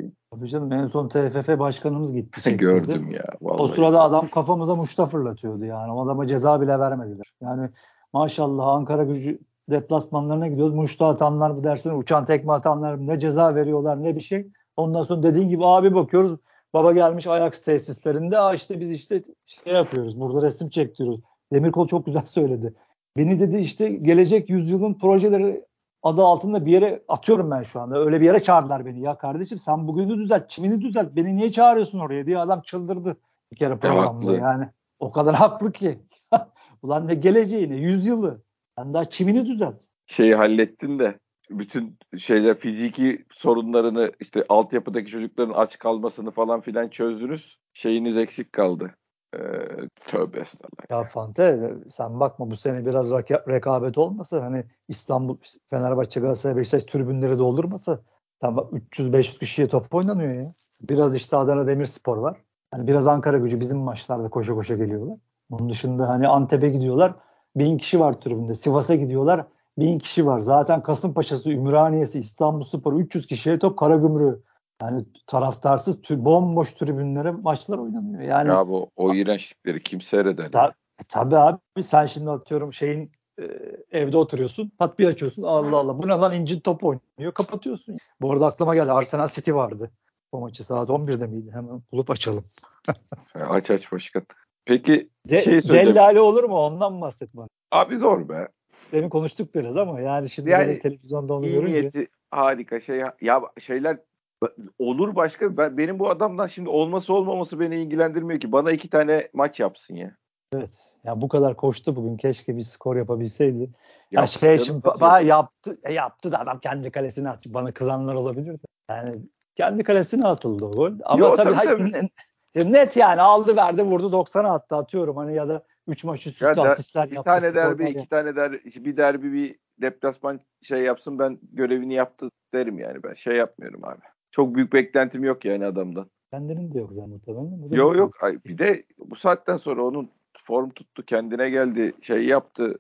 Tabii canım, en son TFF başkanımız gitti, çektirdi. Gördüm ya O vallahi. sırada adam kafamıza muşta fırlatıyordu yani. O adama ceza bile vermediler. Yani maşallah Ankaragücü deplasmanlarına gidiyoruz. Muşta atanlar mı dersin, uçan tekme atanlar mı, ne ceza veriyorlar ne bir şey. Ondan sonra dediğin gibi abi bakıyoruz. Baba gelmiş Ajax tesislerinde. İşte biz işte şey yapıyoruz. Burada resim çektiriyoruz. Demirkol çok güzel söyledi. Beni dedi işte gelecek yüzyılın projeleri adı altında bir yere atıyorum ben şu anda. Öyle bir yere çağırdılar beni. Ya kardeşim sen bugünü düzelt, çimini düzelt. Beni niye çağırıyorsun oraya diye adam çıldırdı bir kere programda Haklı. yani. O kadar haklı ki. Ulan ne geleceği ne yüzyılı. Sen daha çimini düzelt. Şeyi hallettin de bütün şeyler fiziki sorunlarını işte altyapıdaki çocukların aç kalmasını falan filan çözdünüz. Şeyiniz eksik kaldı. Ee, Tövbe estağfurullah. Ya Fante sen bakma bu sene biraz rekabet olmasa, hani İstanbul, Fenerbahçe, Galatasaray, Beşiktaş tribünleri doldurmasa, tam bak 300-500 kişiye top oynanıyor ya. Biraz işte Adana Demirspor var. Hani biraz Ankaragücü bizim maçlarda koşa koşa geliyorlar. Onun dışında hani Antep'e gidiyorlar. 1000 kişi var tribünde. Sivas'a gidiyorlar. 1000 kişi var. Zaten Kasımpaşa'sı, Ümraniye'si, İstanbulspor 300 kişiye top, Karagümrük. Yani taraftarsız bomboş tribünlere maçlar oynanıyor. Yani Ya bu o iğrençlikleri kim seyreder ya? tabii abi, sen şimdi atıyorum e, evde oturuyorsun, pat bir açıyorsun, Allah Allah bu ne lan, incin top oynuyor, kapatıyorsun. Bu arada aklıma geldi, Arsenal City vardı. O maçı saat 11'de miydi? Hemen bulup açalım. Aç aç başkan. Peki şey söyleyeceğim. Dellali olur mu? Ondan mı bahset bana? Abi zor be. Demin konuştuk biraz ama yani şimdi böyle Yani televizyonda onu iyi görünce. niyeti harika şey ya şeyler olur başka. Benim bu adamdan şimdi olması olmaması beni ilgilendirmiyor ki. Bana 2 tane maç yapsın ya. Evet. Ya bu kadar koştu bugün. Keşke bir skor yapabilseydi. Ya Yaptı canım, şimdi nasıl yapalım? yaptı da adam kendi kalesine attı. Bana kızanlar olabilir de. Yani kendi kalesine atıldı o gol. Ama Yo tabii tabii tabii. net yani, aldı verdi vurdu 90'a attı, atıyorum hani, ya da 3 maç üst üste Ya asistler bir yaptı, tane derbi, skorlar iki yaptı. tane derbi, bir derbi, bir deplasman şey yapsın, ben görevini yaptı derim yani, ben şey yapmıyorum abi. Çok büyük beklentim yok yani adamdan. Kendinin de yok zaten muhtemelen. Bu da Yok mutluluk. yok. Ay, bir de bu saatten sonra onun form tuttu, kendine geldi, şey yaptı,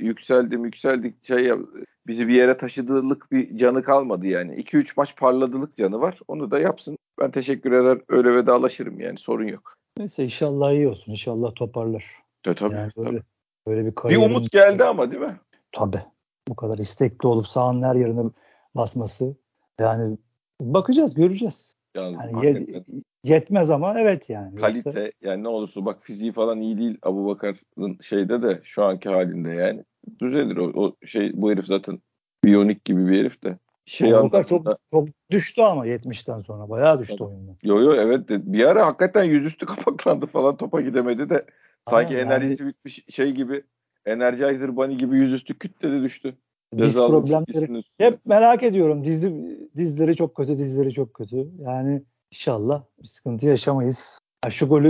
yükseldi, şey yap, bizi bir yere taşıdığılık bir canı kalmadı yani. 2-3 maç parladılık canı var. Onu da yapsın. Ben teşekkür eder, öyle vedalaşırım yani, sorun yok. Neyse inşallah iyi olsun. İnşallah toparlar. Tabii Yani tabii. böyle bir Bir kariyerin umut geldi ama, değil mi? tabii bu kadar istekli olup sahanın her yerine basması, yani bakacağız, göreceğiz. Yani Yani hakikaten yetmez ama evet yani, yoksa kalite yani, ne olursa bak, fiziği falan iyi değil Abubakar'ın şeyde de, şu anki halinde yani düzelir o şey, bu herif zaten biyonik gibi bir herif de şey Abubakar çok anlamında. çok düştü ama 70'ten sonra bayağı düştü oyundan. Yo yo, evet de bir ara hakikaten yüzüstü kapaklandı falan, topa gidemedi de sanki Aynen yani, enerjisi bitmiş şey gibi, Energizer Bunny gibi yüzüstü küt dedi düştü diz cezalı problemleri çizgisinin üstüne. hep merak ediyorum. Dizleri çok kötü, dizleri çok kötü. Yani inşallah bir sıkıntı yaşamayız. Ya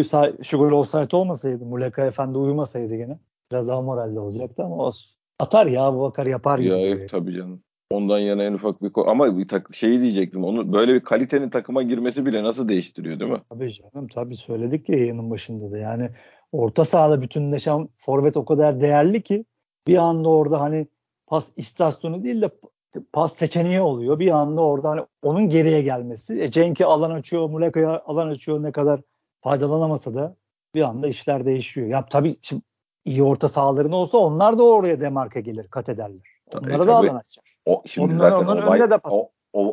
şu gol offside olmasaydı, Muleka Efendi uyumasaydı gene biraz daha moralli olacaktı ama olsun. Atar ya, Abubakar yapar Ya gibi yok duruyor. tabii canım. Ondan yana en ufak bir ama bir şeyi diyecektim. Onu, böyle bir kalitenin takıma girmesi bile nasıl değiştiriyor, değil mi? Tabii canım, tabii söyledik ya yayının başında da, yani orta sahada bütünleşen forvet o kadar değerli ki bir anda orada hani pas istasyonu değil de pas seçeneği oluyor. Bir anda orada hani onun geriye gelmesi. Cenk'e alan açıyor, Muleka'ya alan açıyor, ne kadar faydalanamasa da bir anda işler değişiyor. Ya tabii şimdi iyi orta sahaların olsa onlar da oraya demarka gelir, kat ederler. Onlara da Tabii alan açacak. şimdi zaten Onların olay önüne de pas.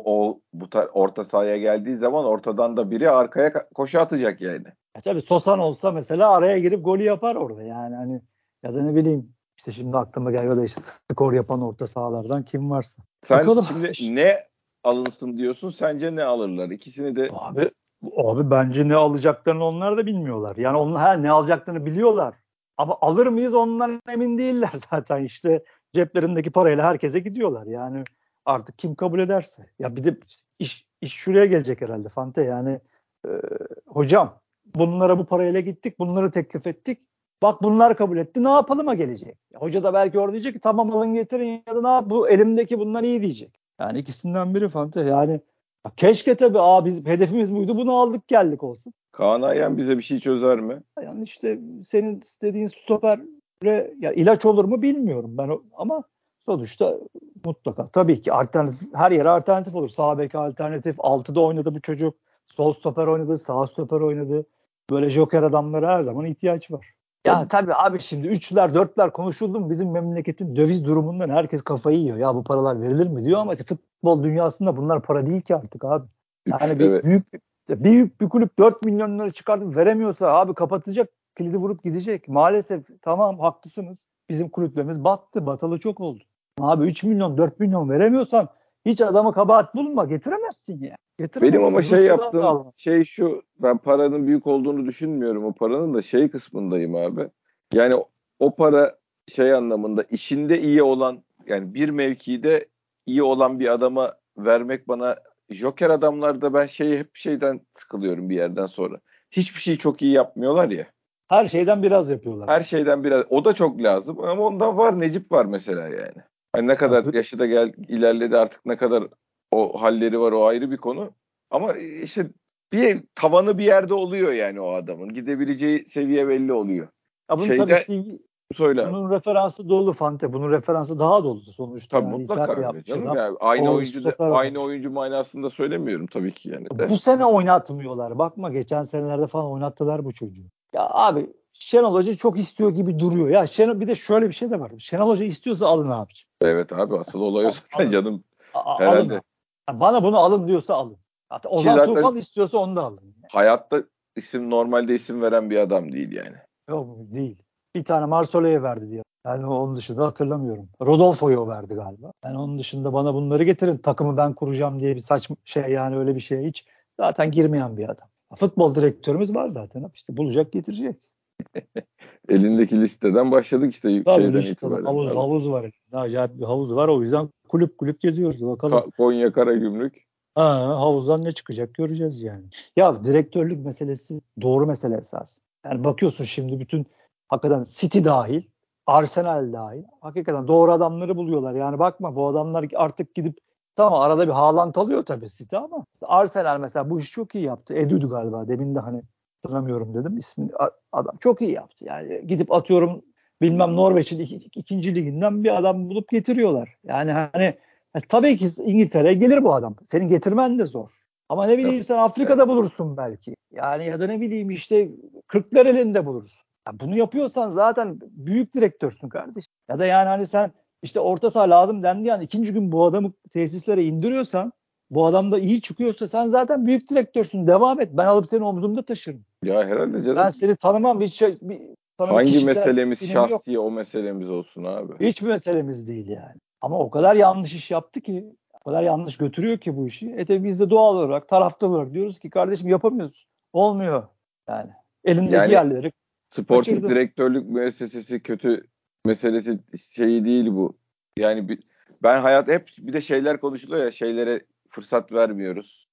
orta sahaya geldiği zaman ortadan da biri arkaya koşu atacak yani. Tabii Sosan olsa mesela araya girip golü yapar orada yani, hani ya da ne bileyim işte, şimdi aklıma geliyor da işte skor yapan orta sahalardan kim varsa. Sen Bakalım. şimdi ne alınsın diyorsun? Sence ne alırlar? İkisini de Abi, abi bence ne alacaklarını onlar da bilmiyorlar. Yani onlar ne alacaklarını biliyorlar. Ama alır mıyız ondan emin değiller zaten. İşte ceplerindeki parayla herkese gidiyorlar. Yani artık kim kabul ederse. Ya bir de iş şuraya gelecek herhalde Fante. Yani e, hocam bunlara bu parayla gittik. Bunları teklif ettik. Bak bunlar kabul etti. Ne yapalım'a gelecek. Ya hoca da belki orada diyecek ki tamam alın getirin, ya da ne yap, bu elimdeki bunlar iyi diyecek. Yani ikisinden biri Fante. Yani keşke tabii, biz hedefimiz buydu, bunu aldık geldik olsun. Kaan Ayhan bize bir şey çözer mi? Yani işte senin dediğin stopere ya ilaç olur mu bilmiyorum ben, ama sonuçta mutlaka tabii ki alternatif, her yere alternatif olur. Sağ bek alternatif, 6'da oynadı bu çocuk. Sol stoper oynadı, sağ stoper oynadı. Böyle joker adamlara her zaman ihtiyaç var. Ya tabii abi şimdi 3'ler 4'ler konuşuldu mu bizim memleketin döviz durumundan herkes kafayı yiyor. Ya bu paralar verilir mi diyor ama futbol dünyasında bunlar para değil ki artık abi. Yani Evet. büyük bir kulüp 4 milyon lira çıkartıp veremiyorsa abi kapatacak, kilidi vurup gidecek. Maalesef tamam haklısınız. Bizim kulüplerimiz battı. Batalı çok oldu. Abi 3 milyon 4 milyon veremiyorsan hiç adama kabahat bulma. Getiremezsin ya. Benim ama Getiremezsin. Rusya'dan da yaptığım alamazsın. şey şu, ben paranın büyük olduğunu düşünmüyorum, o paranın da şey kısmındayım abi. Yani o para şey anlamında işinde iyi olan, yani bir mevkide iyi olan bir adama vermek bana, joker adamlarda ben hep şeyden sıkılıyorum bir yerden sonra. Hiçbir şeyi çok iyi yapmıyorlar ya. Her şeyden biraz yapıyorlar. Her şeyden biraz, o da çok lazım ama ondan var, Necip var mesela yani. Hani ne Ya, kadar yaşı da ilerledi artık, ne kadar o halleri var, o ayrı bir konu. Ama işte bir tavanı bir yerde oluyor yani, o adamın. Gidebileceği seviye belli oluyor. bunun tabii Şeyde söyle abi. bunun referansı dolu Fante. Bunun referansı daha dolu sonuçta. Tabii Yani mutlaka İtalya öyle yapmış canım adam. ya. Aynı Orada oyuncu stoper aynı oynamış. oyuncu manasında söylemiyorum tabii ki yani de. Bu sene oynatmıyorlar. Bakma geçen senelerde falan oynattılar bu çocuğu. Ya abi Şenol Hoca çok istiyor gibi duruyor. Ya bir de şöyle bir şey de var. Şenol Hoca istiyorsa alın abiciğim. Evet abi, asıl olay o zaten Alın. canım, Alın herhalde. abi. Ya bana bunu alın diyorsa alın. Hatta Ki Ozan zaten Tufan istiyorsa onu da alın. hayatta normalde isim veren bir adam değil yani. Yok değil. Bir tane Marcelo'ya verdi diye. Yani onun dışında hatırlamıyorum. Rodolfo'yu verdi galiba. Yani onun dışında bana bunları getirin. Takımı ben kuracağım diye bir saçma şey, yani öyle bir şeye hiç zaten girmeyen bir adam. Futbol direktörümüz var zaten. İşte bulacak getirecek. Elindeki listeden başladık işte Tabii şeyden listede itibaren abi. havuz var elinde. Acayip bir havuz var. O yüzden kulüp kulüp geziyoruz. Bakalım. Konya Karagümrük. Ha, havuzdan ne çıkacak göreceğiz yani. Ya direktörlük meselesi doğru mesele esas. Yani bakıyorsun şimdi bütün hakikaten City dahil, Arsenal dahil. Hakikaten doğru adamları buluyorlar. Yani bakma bu adamlar artık gidip tamam arada bir Haaland alıyor tabii City ama Arsenal mesela bu işi çok iyi yaptı. Edu'du galiba. Demin de hani hatırlamıyorum dedim ismini. Adam çok iyi yaptı. Yani gidip atıyorum bilmem Norveç'in ikinci liginden bir adam bulup getiriyorlar. Yani hani tabii ki İngiltere'ye gelir bu adam. Senin getirmen de zor. Ama ne bileyim sen Evet. Afrika'da bulursun belki. Yani ya da ne bileyim işte Kırklareli'nde bulursun. Ya bunu yapıyorsan zaten büyük direktörsün kardeş. Ya da yani hani sen işte orta saha lazım dendiği an ikinci gün bu adamı tesislere indiriyorsan, bu adam da iyi çıkıyorsa sen zaten büyük direktörsün. Devam et. Ben alıp seni omzumda taşırım. Ya herhalde Ben canım. seni tanımam. Sana bir Hangi kişisel meselemiz inim yok. şahsi, o meselemiz olsun abi. Hiçbir meselemiz değil yani. Ama o kadar yanlış iş yaptı ki, o kadar yanlış götürüyor ki bu işi. Tabii biz de doğal olarak, taraftar olarak diyoruz ki kardeşim yapamıyoruz. Olmuyor yani. Elindeki Yani yerleri sportif kaçırdın. direktörlük müessesesi kötü meselesi şeyi değil bu. Yani ben hep bir de şeyler konuşuluyor ya, şeylere fırsat vermiyoruz.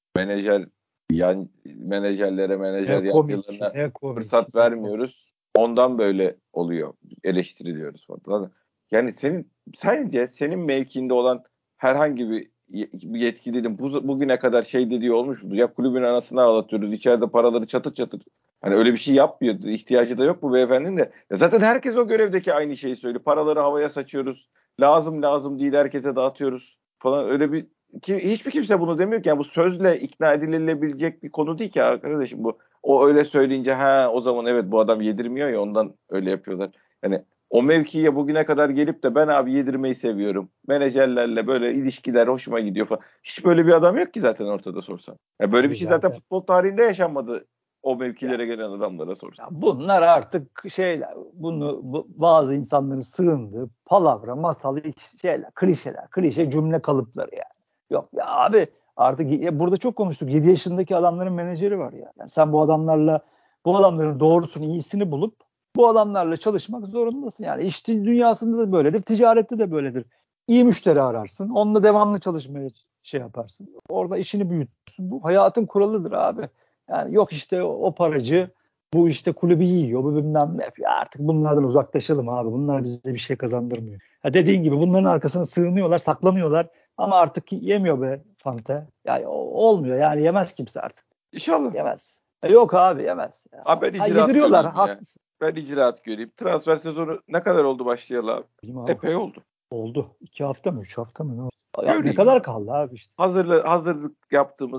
Menajerlere, Ne menajer komik, yancılarına ne komik, fırsat ne komik. vermiyoruz. Ondan böyle oluyor. Eleştiriliyoruz falan. Yani sence senin mevkinde olan herhangi bir yetkilinin bugüne kadar şey dediği olmuş mu? Ya kulübün anasını ağlatıyoruz, içeride paraları çatır çatır. Hani öyle bir şey yapmıyor. İhtiyacı da yok bu beyefendinin de. Ya zaten herkes o görevdeki aynı şeyi söylüyor. Paraları havaya saçıyoruz. Lazım lazım değil, herkese dağıtıyoruz falan. Öyle bir ki hiçbir kimse bunu demiyor ki. Yani bu sözle ikna edilebilecek bir konu değil ki arkadaşım bu. O öyle söyleyince ha o zaman evet bu adam yedirmiyor ya, ondan öyle yapıyorlar. Yani o mevkiye bugüne kadar gelip de ben abi yedirmeyi seviyorum. Menajerlerle böyle ilişkiler hoşuma gidiyor falan. Hiç böyle bir adam yok ki zaten ortada sorsan. Ya böyle bir Abi şey zaten zaten futbol tarihinde yaşanmadı. O ya, mevkilere gelen adamlara ya sorsan. bunlar artık şeyler, bazı insanların sığındığı palavra, masal şeyler, klişeler, klişe cümle kalıpları yani. Yok ya abi artık burada çok konuştuk. 7 yaşındaki adamların menajeri var ya. Yani sen bu adamların doğrusunu, iyisini bulup bu adamlarla çalışmak zorundasın. Yani iş dünyasında da böyledir, ticarette de böyledir. İyi müşteri ararsın, onunla devamlı çalışmaya şey yaparsın. Orada işini büyütürsün. Bu hayatın kuralıdır abi. Yani yok işte o paracı bu işte kulübü yiyor, bu bilmem ne. Ya artık bunlardan uzaklaşalım abi. Bunlar bize bir şey kazandırmıyor. Ha dediğin gibi bunların arkasına sığınıyorlar, saklanıyorlar. Ama artık yemiyor be Fante. Yani olmuyor yani yemez kimse artık. İnşallah. Yemez. Yok abi yemez. Abi ben Ha icraat yediriyorlar göreyim ya. haklısın. Ben icraat göreyim. Transfer sezonu ne kadar oldu başlayalı abi? Bilmiyorum abi. Epey oldu. Oldu. 2 hafta mı 3 hafta mı ne oldu? Ya ne Göreyim kadar abi. kaldı abi işte. Hazırlık yaptığımız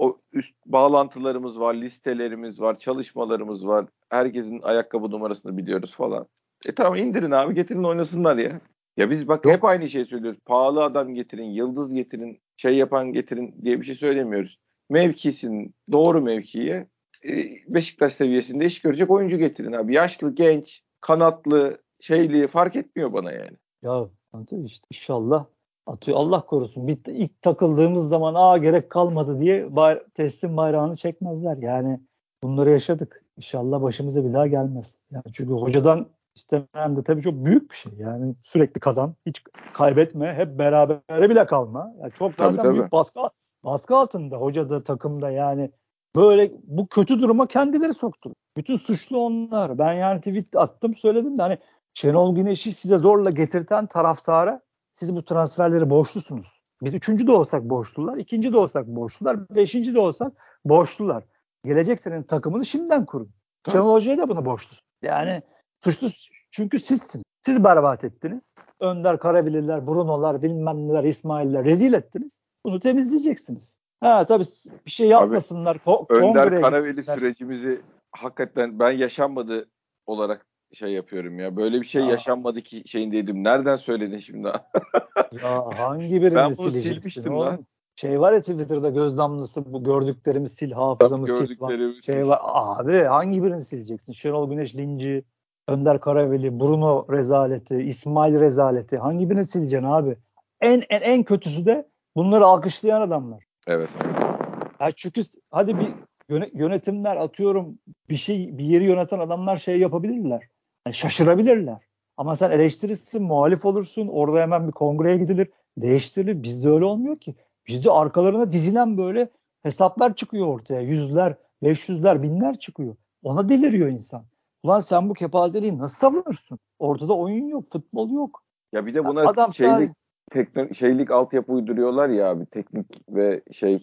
o üst bağlantılarımız var, listelerimiz var, çalışmalarımız var. Herkesin ayakkabı numarasını biliyoruz falan. Tamam indirin abi getirin oynasınlar ya. Ya biz bak hep Yok. aynı şeyi söylüyoruz. Pahalı adam getirin, yıldız getirin, şey yapan getirin diye bir şey söylemiyoruz. Mevkisin doğru mevkiye Beşiktaş seviyesinde iş görecek oyuncu getirin abi. Yaşlı, genç, kanatlı, şeyli fark etmiyor bana yani. Ya hadi işte inşallah atıyor. Allah korusun. İlk takıldığımız zaman gerek kalmadı diye teslim bayrağını çekmezler. Yani bunları yaşadık. İnşallah başımıza bir daha gelmez. Yani çünkü hocadan istenen de tabii çok büyük bir şey. Yani sürekli kazan, hiç kaybetme, hep berabere bile kalma. Yani çok Tabii zaten tabii. büyük baskı altında hocada, takımda yani. Böyle bu kötü duruma kendileri soktu. Bütün suçlu onlar. Ben yani tweet attım, söyledim de hani Şenol Güneş'i size zorla getirten taraftara siz bu transferleri borçlusunuz. Biz üçüncü de olsak borçlular, ikinci de olsak borçlular, beşinci de olsak borçlular. Gelecek senenin takımını şimdiden kurun. Tabii. Şenol Hoca'ya da bunu borçlusun. Yani suçlu çünkü sizsiniz. Siz berbat ettiniz. Önder Karabilirler, Bruno'lar, bilmem neler, İsmail'ler rezil ettiniz. Bunu temizleyeceksiniz. Ha tabii bir şey Abi yapmasınlar, Önder kongreye Karaveli gitsinler. sürecimizi hakikaten ben yaşanmadı olarak şey yapıyorum ya. Böyle bir şey Ya yaşanmadı ki şeyindeydim. Nereden söyledin şimdi? Ya hangi Ben birini bunu sileceksin silmiştim lan. oğlum? Şey var ya Twitter'da göz damlası bu gördüklerimi sil, Tabii hafızamı sil var. gördüklerimi sil. Şey var abi hangi birini sileceksin? Şenol Güneş linci, Önder Karaveli, Bruno rezaleti, İsmail rezaleti. Hangi birini sileceksin abi? En kötüsü de bunları alkışlayan adamlar. Evet. Ya çünkü hadi bir yönetimler atıyorum bir yeri yöneten adamlar şey yapabilirler. Yani şaşırabilirler. Ama sen eleştirirsin, muhalif olursun. Orada hemen bir kongreye gidilir, değiştirilir. Bizde öyle olmuyor ki. Bizde arkalarına dizilen böyle hesaplar çıkıyor ortaya. Yüzler, 500'ler, binler çıkıyor. Ona deliriyor insan. Ulan sen bu kepazeliği nasıl savunursun? Ortada oyun yok, futbol yok. Ya bir de buna Adam sadece şeylik altyapı uyduruyorlar ya abi. Teknik ve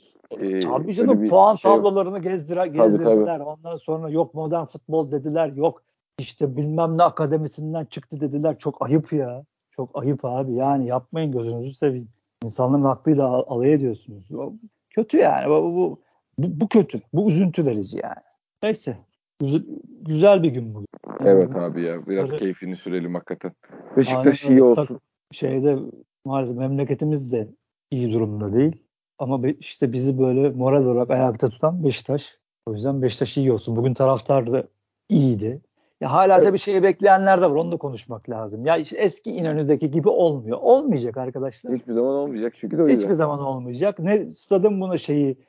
tabii öyle canım bir puan şey. tablolarını Tabii tabii. gezdirdiler. Ondan sonra yok modern futbol dediler. Yok işte bilmem ne akademisinden çıktı dediler. Çok ayıp ya. Çok ayıp abi. Yani yapmayın gözünüzü seveyim. İnsanların aklıyla alay ediyorsunuz. Kötü yani. Bu kötü. Bu üzüntü verici yani. Neyse. Güzel bir gün bugün. En Evet azından abi ya. Biraz bunları keyfini sürelim hakikaten. aynen Beşiktaş iyi öyle. olsun. Şeyde maalesef memleketimiz de iyi durumda değil. Ama işte bizi böyle moral olarak ayakta tutan Beşiktaş. O yüzden Beşiktaş iyi olsun. Bugün taraftar da iyiydi. Ya hala Evet. tabii şeyi bekleyenler de var. Onu da konuşmak lazım. Ya işte eski İnönü'deki gibi olmuyor. Olmayacak arkadaşlar. Hiçbir zaman olmayacak çünkü de o Hiçbir yüzden. zaman olmayacak. Ne stadın buna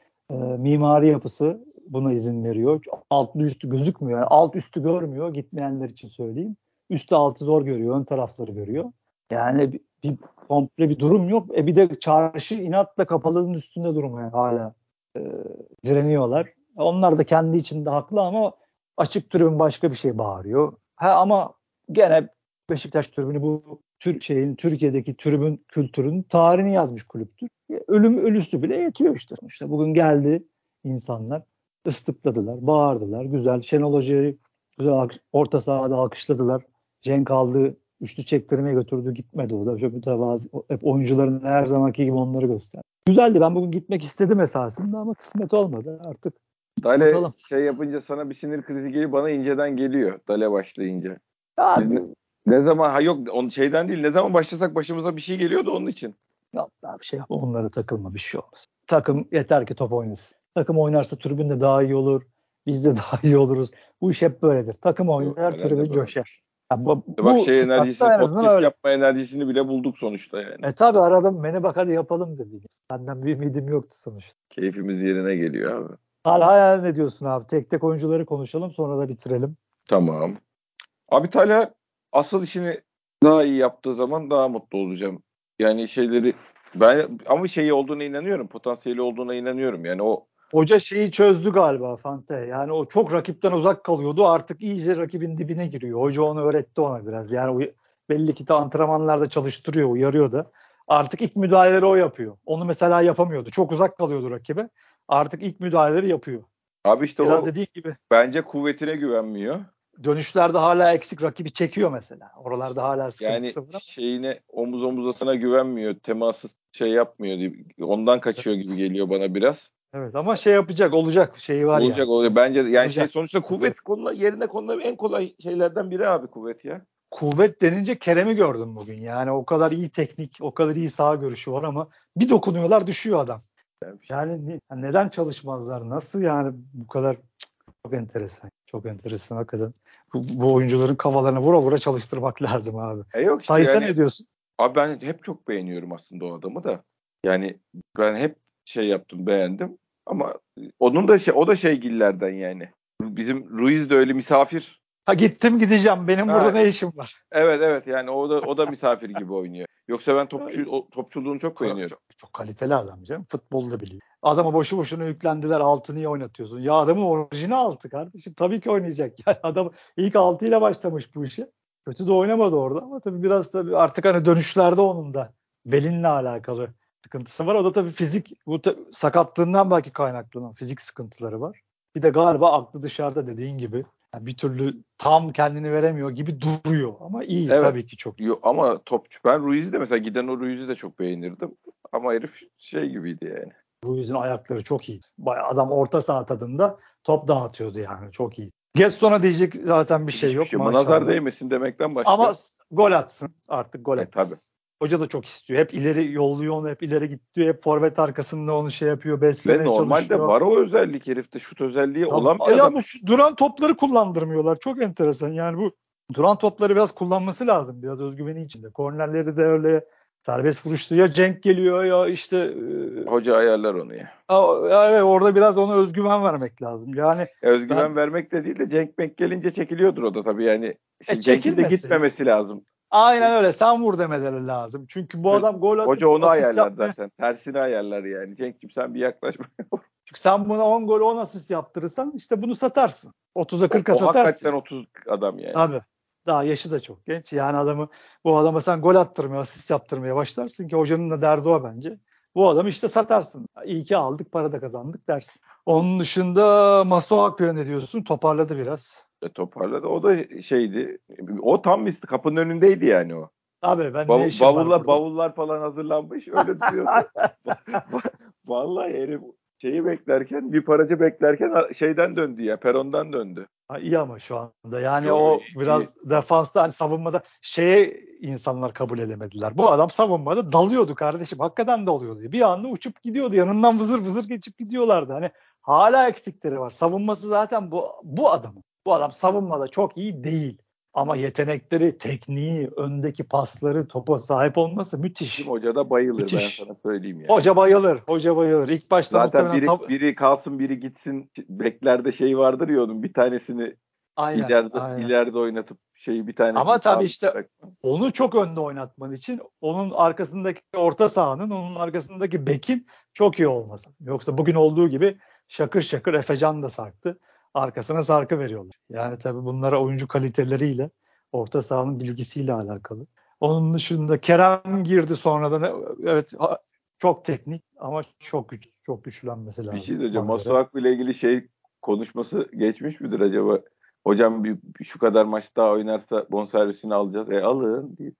mimari yapısı buna izin veriyor. Altlı üstü gözükmüyor. Yani alt üstü görmüyor. Gitmeyenler için söyleyeyim. Üstü altı zor görüyor. Ön tarafları görüyor. Yani komple bir durum yok. Bir de çarşı inatla kapalının üstünde durmaya hala direniyorlar. Onlar da kendi içinde haklı ama açık tribün başka bir şey bağırıyor. Ama gene Beşiktaş tribünü bu Türkiye'deki tribün kültürünün tarihini yazmış kulüptür. Ölüsü bile yetiyor işte. İşte bugün geldi insanlar ıslıkladılar, bağırdılar. Güzel. Şenol Hoca'yı güzel orta sahada alkışladılar. Cenk aldı, üçlü çektirmeye götürdü. Gitmedi o da. Çok mütevazı. Hep oyuncuların her zamanki gibi onları gösterdi. Güzeldi. Ben bugün gitmek istedim esasında ama kısmet olmadı. Artık Dale bakalım. şey yapınca sana bir sinir krizi geliyor. Bana inceden geliyor. Dale başlayınca. Biz Abi ne zaman yok onun şeyden değil. Ne zaman başlasak başımıza bir şey geliyordu onun için. yok daha bir şey yapma. Onlara takılma bir şey olmaz. Takım yeter ki top oynasın. Takım oynarsa tribün de daha iyi olur. Biz de daha iyi oluruz. Bu iş hep böyledir. Takım Yok, oynar, herhalde tribün böyle. coşar. Ya bu, Bak bu şey enerjisini statta en azından podcast öyle. yapma enerjisini bile bulduk sonuçta yani. Tabii aradım beni bak hadi yapalım dedi. Benden bir ümidim yoktu sonuçta. Keyfimiz yerine geliyor abi. Hala ne diyorsun abi? Tek tek oyuncuları konuşalım sonra da bitirelim. Tamam. Abi Talha asıl işini daha iyi yaptığı zaman daha mutlu olacağım. Yani şeyleri ben ama şeyi olduğuna inanıyorum. Potansiyeli olduğuna inanıyorum. Yani o Hoca şeyi çözdü galiba Fante. Yani o çok rakipten uzak kalıyordu. Artık iyice rakibin dibine giriyor. Hoca onu öğretti ona biraz. Yani belli ki de antrenmanlarda çalıştırıyor, uyarıyor da. Artık ilk müdahaleleri o yapıyor. Onu mesela yapamıyordu. Çok uzak kalıyordu rakibe. Artık ilk müdahaleleri yapıyor. abi işte Biraz o dediğin gibi bence kuvvetine güvenmiyor. dönüşlerde hala eksik rakibi çekiyor mesela. Oralarda hala Yani sıkıntısı var ama. şeyine omuz omuzasına güvenmiyor. Teması şey yapmıyor. Ondan kaçıyor gibi Evet. geliyor bana biraz. Evet ama şey yapacak, olacak şeyi var Olacak yani. olacak. Bence yani Olacak. sonuçta kuvvet yerine konulan en kolay şeylerden biri abi kuvvet ya. Kuvvet denince Kerem'i gördüm bugün. Yani o kadar iyi teknik, o kadar iyi saha görüşü var ama bir dokunuyorlar düşüyor adam. Yani neden çalışmazlar? Nasıl yani bu kadar çok enteresan. Çok enteresan hakikaten. Bu oyuncuların kafalarına vura vura çalıştırmak lazım abi. Yok işte Saysa yani ne diyorsun? abi ben hep çok beğeniyorum aslında o adamı da. Yani ben hep şey yaptım beğendim ama onun da o da şeygillerden yani. Bizim Ruiz de öyle misafir. Ha gittim gideceğim. Benim burada Ha, ne işim var? evet yani o da misafir gibi oynuyor. Yoksa ben topçuluğunu çok beğeniyorum. Çok kaliteli adam canım. Futbolu da biliyor. Adama boşu boşuna yüklendiler. Altı niye oynatıyorsun? Ya adamın orijini altı kardeşim. Tabii ki oynayacak. Yani adam ilk 6 ile başlamış bu işe. Kötü de oynamadı orada ama tabii biraz tabii artık hani dönüşlerde onun da belinle alakalı sıkıntısı var. O da tabii fizik sakatlığından belki kaynaklanan fizik sıkıntıları var. Bir de galiba aklı dışarıda dediğin gibi. Yani bir türlü tam kendini veremiyor gibi duruyor ama iyi Evet. tabii ki çok iyi. Ama topçu ben Ruiz'i de mesela giden o Ruiz'i de çok beğenirdim. Ama herif şey gibiydi yani. Ruiz'in ayakları çok iyi. Bayağı adam orta saha tadında top dağıtıyordu yani. Çok iyi. Getson'a diyecek zaten bir şey Hiçbir yok şey. Nazar maşallah. değmesin demekten Ama başka. gol atsın. Artık gol Tabii. atsın. Hoca da çok istiyor. Hep ileri yolluyor onu. Hep ileri git diyor. Hep forvet arkasında onu şey yapıyor. Ve Beslemeye normalde çalışıyor. var o özellik herifte. Şut özelliği olan bir Ya adam. bu duran topları kullandırmıyorlar. Çok enteresan. Yani bu duran topları biraz kullanması lazım. Biraz özgüveni içinde. Kornerleri de öyle serbest vuruştu. Ya Cenk geliyor ya işte Hoca ayarlar onu ya. evet, orada biraz ona özgüven vermek lazım. Yani ben Özgüven vermek de değil de Cenk Menk gelince çekiliyordur o da tabii yani. Şimdi Cenk'in de çekilmesin. gitmemesi lazım. Aynen öyle. Sen vur demeleri lazım. Çünkü bu adam gol Hoca atıp onu asist ayarlar yapmaya. zaten. Tersini ayarlar yani. Cenk'cim sen bir yaklaşma. Çünkü sen buna 10 gol 10 asist yaptırırsan işte bunu satarsın. 30'a O, 40'a o satarsın. hakikaten 30 adam yani. Tabii. Daha yaşı da çok genç. Yani bu adama sen gol attırmaya, asist yaptırmaya başlarsın ki hocanın da derdi o bence. Bu adamı işte satarsın. İyi ki aldık, para da kazandık dersin. Onun dışında Masuaku'ya ne diyorsun? Toparladı biraz. Toparladı. O da şeydi. O tam kapının önündeydi yani o. Abi ben ne işim var burada? Bavullar falan hazırlanmış. Öyle duruyordu. Vallahi herif şeyi beklerken bir paracı beklerken şeyden döndü ya. Perondan döndü. Ha, iyi ama şu anda. Yani Yo, o iyi. biraz defansta hani savunmada insanlar kabul edemediler. Bu adam savunmada dalıyordu kardeşim. Hakikaten dalıyordu. Bir anda uçup gidiyordu. Yanından vızır vızır geçip gidiyorlardı. Hani hala eksikleri var. Savunması zaten bu adamın. Bu adam savunmada çok iyi değil. Ama yetenekleri, tekniği, öndeki pasları, topa sahip olması Bizim müthiş. hoca da bayılır ben Müthiş. sana söyleyeyim yani. Hoca bayılır. Hoca bayılır. İlk başta Zaten muhtemelen biri kalsın biri gitsin beklerde şey vardır ya onun bir tanesini aynen, aynen. ileride oynatıp şeyi bir Ama tanesini tabii sağ işte bırak. onu çok önde oynatman için onun arkasındaki orta sahanın, onun arkasındaki bekin çok iyi olması. Yoksa bugün olduğu gibi şakır şakır Efecan da sarktı. Arkasına sarkı veriyorlar. Yani tabii bunlara oyuncu kaliteleriyle, orta sahanın bilgisiyle alakalı. Onun dışında Kerem girdi sonradan. Evet çok teknik ama çok güçlenmesi Bir lazım şey diyeceğim. bana göre. Masuaku ile ilgili şey konuşması geçmiş midir acaba? Hocam şu kadar maç daha oynarsa bonservisini alacağız. Alın deyip.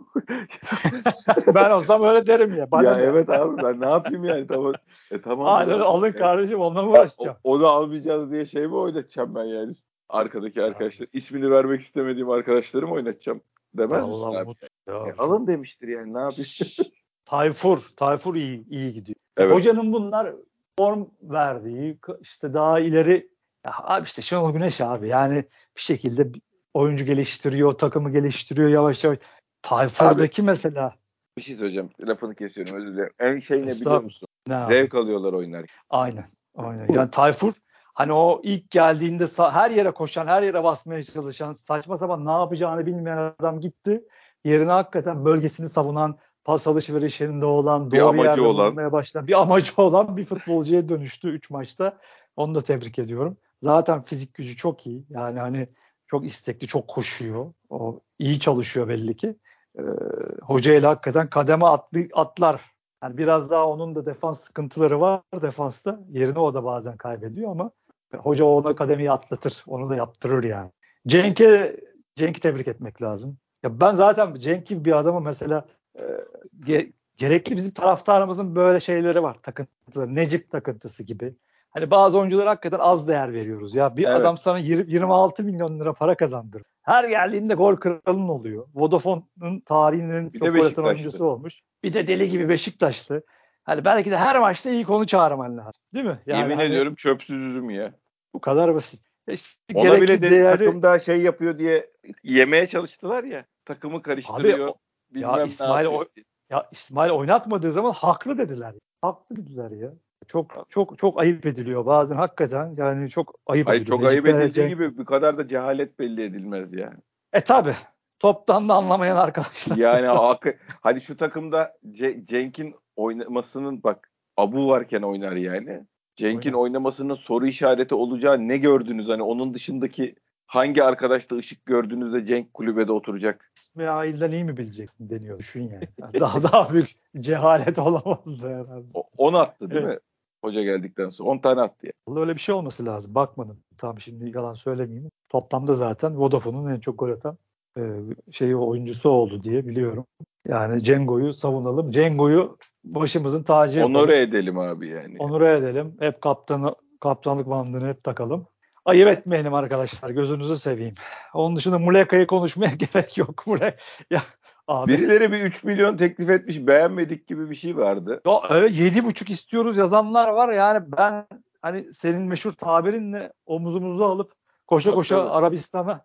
Ben olsam öyle derim ya. Bana Ya ne? evet abi ben ne yapayım yani tamam. Tamam Aynen ulan. alın kardeşim onunla mı uğraşacağım? Onu almayacağız diye şey mi oynatacağım ben yani? Arkadaki Ya, arkadaşlar. İsmini vermek istemediğim arkadaşlarımı oynatacağım. Demez misin vallahi abi? Umut ya Alın demiştir yani ne yapayım? Tayfur iyi gidiyor. Ya Evet. hocanın bunlar form verdiği işte daha ileri ya abi işte Şenol Güneş abi yani bir şekilde oyuncu geliştiriyor, takımı geliştiriyor yavaş yavaş. Abi Tayfur'daki mesela bir şey söyleyeceğim. Lafını kesiyorum özür dilerim. En şey ne biliyor estağfurullah. musun? Ne abi? Zevk alıyorlar oynarken. Aynen. Aynen. Yani Tayfur hani o ilk geldiğinde her yere koşan, her yere basmaya çalışan, saçma sapan ne yapacağını bilmeyen adam gitti. Yerine hakikaten bölgesini savunan, pas alışverişinde olan, Bir doğru amacı yerde olan. bulunmaya başlayan, bir amacı olan bir futbolcuya dönüştü 3 maçta. Onu da tebrik ediyorum. Zaten fizik gücü çok iyi. Yani hani çok istekli, çok koşuyor. O iyi çalışıyor belli ki. Ee, Hoca ile hakikaten kademe atlar. Yani biraz daha onun da defans sıkıntıları var defansta. Yerini o da bazen kaybediyor ama hoca ona kademeyi atlatır. Onu da yaptırır yani. Cenk'i tebrik etmek lazım. Ya ben zaten Cenk gibi bir adamı mesela gerekli bizim taraftarımızın böyle şeyleri var. Takıntıları. Necip takıntısı gibi. Hani bazı oyunculara hakikaten az değer veriyoruz. Ya bir Evet. adam sana 26 milyon lira para kazandırır. Her geldiğinde gol kralın oluyor. Vodafone'un tarihinin Bir çok de gol atan Beşiktaş'tı. oyuncusu olmuş. Bir de deli gibi Beşiktaşlı. Hani belki de her maçta iyi konu çağırman lazım. Değil mi? Yani Yemin hani ediyorum çöpsüz üzüm ya. bu kadar basit. İşte Ona bile gerekli de değeri takımda şey yapıyor diye yemeye çalıştılar ya. Takımı abi karıştırıyor. ya Bilmem ne yapıyor diye. İsmail oynatmadığı zaman haklı dediler. Haklı dediler ya. Çok çok çok ayıp ediliyor bazen hakikaten. Yani çok ayıp Hayır, ediliyor. çok ayıp Necip'te edildiği Cenk. gibi bu kadar da cehalet belli edilmez yani. Tabi. Toptan da anlamayan arkadaşlar. Yani hani şu takımda Cenk'in oynamasının bak Abu varken oynar yani. Cenk'in Oynar. oynamasının soru işareti olacağı ne gördünüz? Hani onun dışındaki hangi arkadaşta ışık gördüğünüzde Cenk kulübede oturacak? İsmail'den iyi mi bileceksin deniyor. Düşün yani. Daha büyük cehalet olamazdı herhalde. 10 attı değil Evet. mi? Hoca geldikten sonra 10 tane attı ya. Vallahi öyle bir şey olması lazım. Bakmadım. Tamam şimdi yalan söylemeyeyim. Toplamda zaten Vodafone'un en çok gol atan oyuncusu oldu diye biliyorum. Yani Cengo'yu savunalım. Cengo'yu başımızın tacı yapalım. Onore edelim abi yani. Onur edelim. Hep kaptanlık bandını hep takalım. Ayıp etmeyelim arkadaşlar. Gözünüzü seveyim. Onun dışında Muleka'yı konuşmaya gerek yok. Ya abi. Birileri bir 3 milyon teklif etmiş, beğenmedik gibi bir şey vardı. Ya evet 7,5 istiyoruz yazanlar var. Yani ben hani senin meşhur tabirinle omuzumuzu alıp koşa Tabii koşa tabii. Arabistan'a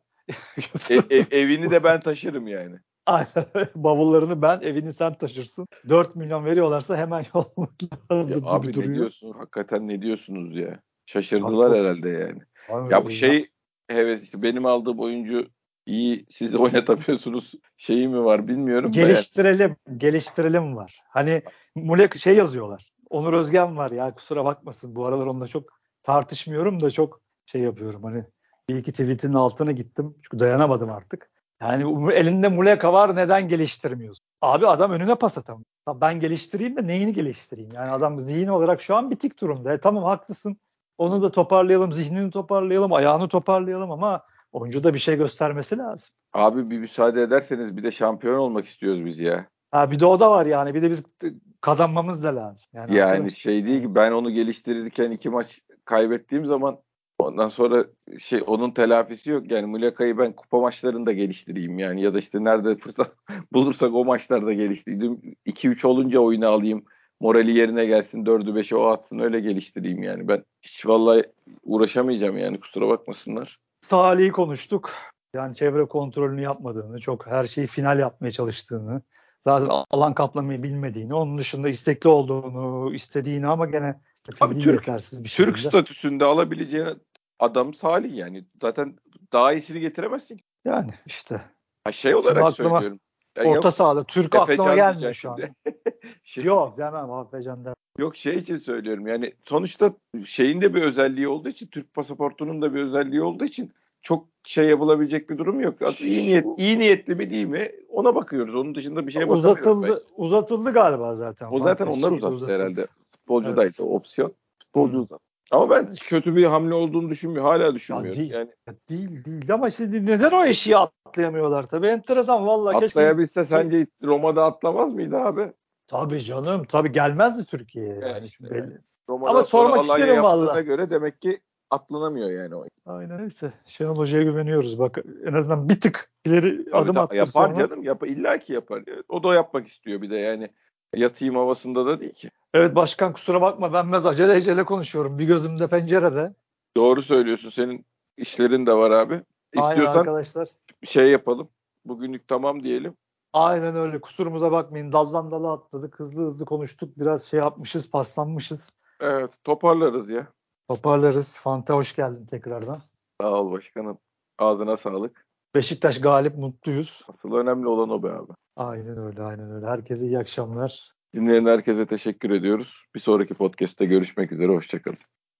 Evini de ben taşırım yani. Aynen. Bavullarını ben, evini sen taşırsın. 4 milyon veriyorlarsa hemen yollamak Ya lazım gibi abi ne duruyor. diyorsun? Hakikaten ne diyorsunuz ya? Abi Şaşırdılar çok herhalde yani. Ya bu abi şey, evet işte benim aldığım oyuncu iyi, siz oynatabiliyorsunuz şeyi mi var bilmiyorum da yani. geliştirelim var. Hani yazıyorlar. Onur Özgen var ya kusura bakmasın. Bu aralar onunla çok tartışmıyorum da çok yapıyorum. Hani bir iki tweetin altına gittim. Çünkü dayanamadım artık. Yani elinde Muleka var neden geliştirmiyorsun? Abi adam önüne pas atamıyor. Ben geliştireyim de neyini geliştireyim? Yani adam zihin olarak şu an bitik durumda. Tamam haklısın. Onu da toparlayalım, zihnini toparlayalım, ayağını toparlayalım ama oyuncu da bir şey göstermesi lazım. Abi bir müsaade ederseniz bir de şampiyon olmak istiyoruz biz ya. Ha bir de o da var yani. Bir de biz kazanmamız da lazım. Yani Yani arkadaşlar. şey değil Yani, ki ben onu geliştirirken 2 maç kaybettiğim zaman ondan sonra onun telafisi yok. Yani Muleka'yı ben kupa maçlarında geliştireyim yani ya da işte nerede fırsat bulursak o maçlarda geliştireyim. 2-3 olunca oyunu alayım. Morali yerine gelsin. 4'ü 5'e o atsın öyle geliştireyim yani. Ben hiç vallahi uğraşamayacağım yani kusura bakmasınlar. Salih'i konuştuk. Yani çevre kontrolünü yapmadığını, çok her şeyi final yapmaya çalıştığını, zaten alan kaplamayı bilmediğini, onun dışında istekli olduğunu, istediğini ama gene Abi fiziği yetersiz bir Türk şekilde. statüsünde alabileceğin adam Salih yani. Zaten daha iyisini getiremezsin ki. Yani işte. Ha, şey Şimdi olarak aklıma söylüyorum. Ya orta yok sahada Türk aklıma Efecan gelmiyor diyeceksin şu şimdi. an. Şey, Yok demem Afecan demem. yok şey için söylüyorum. Yani sonuçta şeyin de bir özelliği olduğu için Türk pasaportunun da bir özelliği olduğu için çok şey yapılabilecek bir durum yok. Aslında iyi niyetli mi değil mi? Ona bakıyoruz. Onun dışında bir şeye bakamıyoruz bence. Uzatıldı galiba zaten. O zaten Fantezi onlar şeyi de uzattı uzatıldı. herhalde. Futbolcu Evet. da opsiyon. Futbolcu Hmm. uzattı. Ama ben kötü bir hamle olduğunu düşünmüyorum. Hala Ya düşünmüyorum. değil. Yani Ya değil ama şimdi neden o eşiği atlayamıyorlar tabii. Enteresan valla keşke atlayabilse ki sence Roma'da atlamaz mıydı abi? tabii canım tabii gelmezdi Türkiye'ye yani İşte çünkü yani. belli. Ama Roma'dan sonra sormak Alanya isterim yaptığına valla. göre demek ki atlanamıyor yani o. Aynen öyle. Şenol Hoca'ya güveniyoruz. Bak en azından bir tık ileri Tabii adım attır yapar sonra. canım. İlla ki yapar. O da yapmak istiyor bir de yani. Yatayım havasında da değil ki. Evet başkan kusura bakma ben biraz acele konuşuyorum. Bir gözümde pencerede. Doğru söylüyorsun. Senin işlerin de var abi. Aynen İstiyorsan arkadaşlar. bir şey yapalım. Bugünlük tamam diyelim. Aynen öyle. Kusurumuza bakmayın. Daldan dala atladık. Hızlı konuştuk. Biraz yapmışız, paslanmışız. Evet, toparlarız ya. Toparlarız. Fante hoş geldin tekrardan. Sağ ol başkanım. Ağzına sağlık. Beşiktaş galip mutluyuz. Asıl önemli olan o be abi. Aynen öyle. Herkese iyi akşamlar. Dinleyen herkese teşekkür ediyoruz. Bir sonraki podcast'te görüşmek üzere. Hoşçakalın.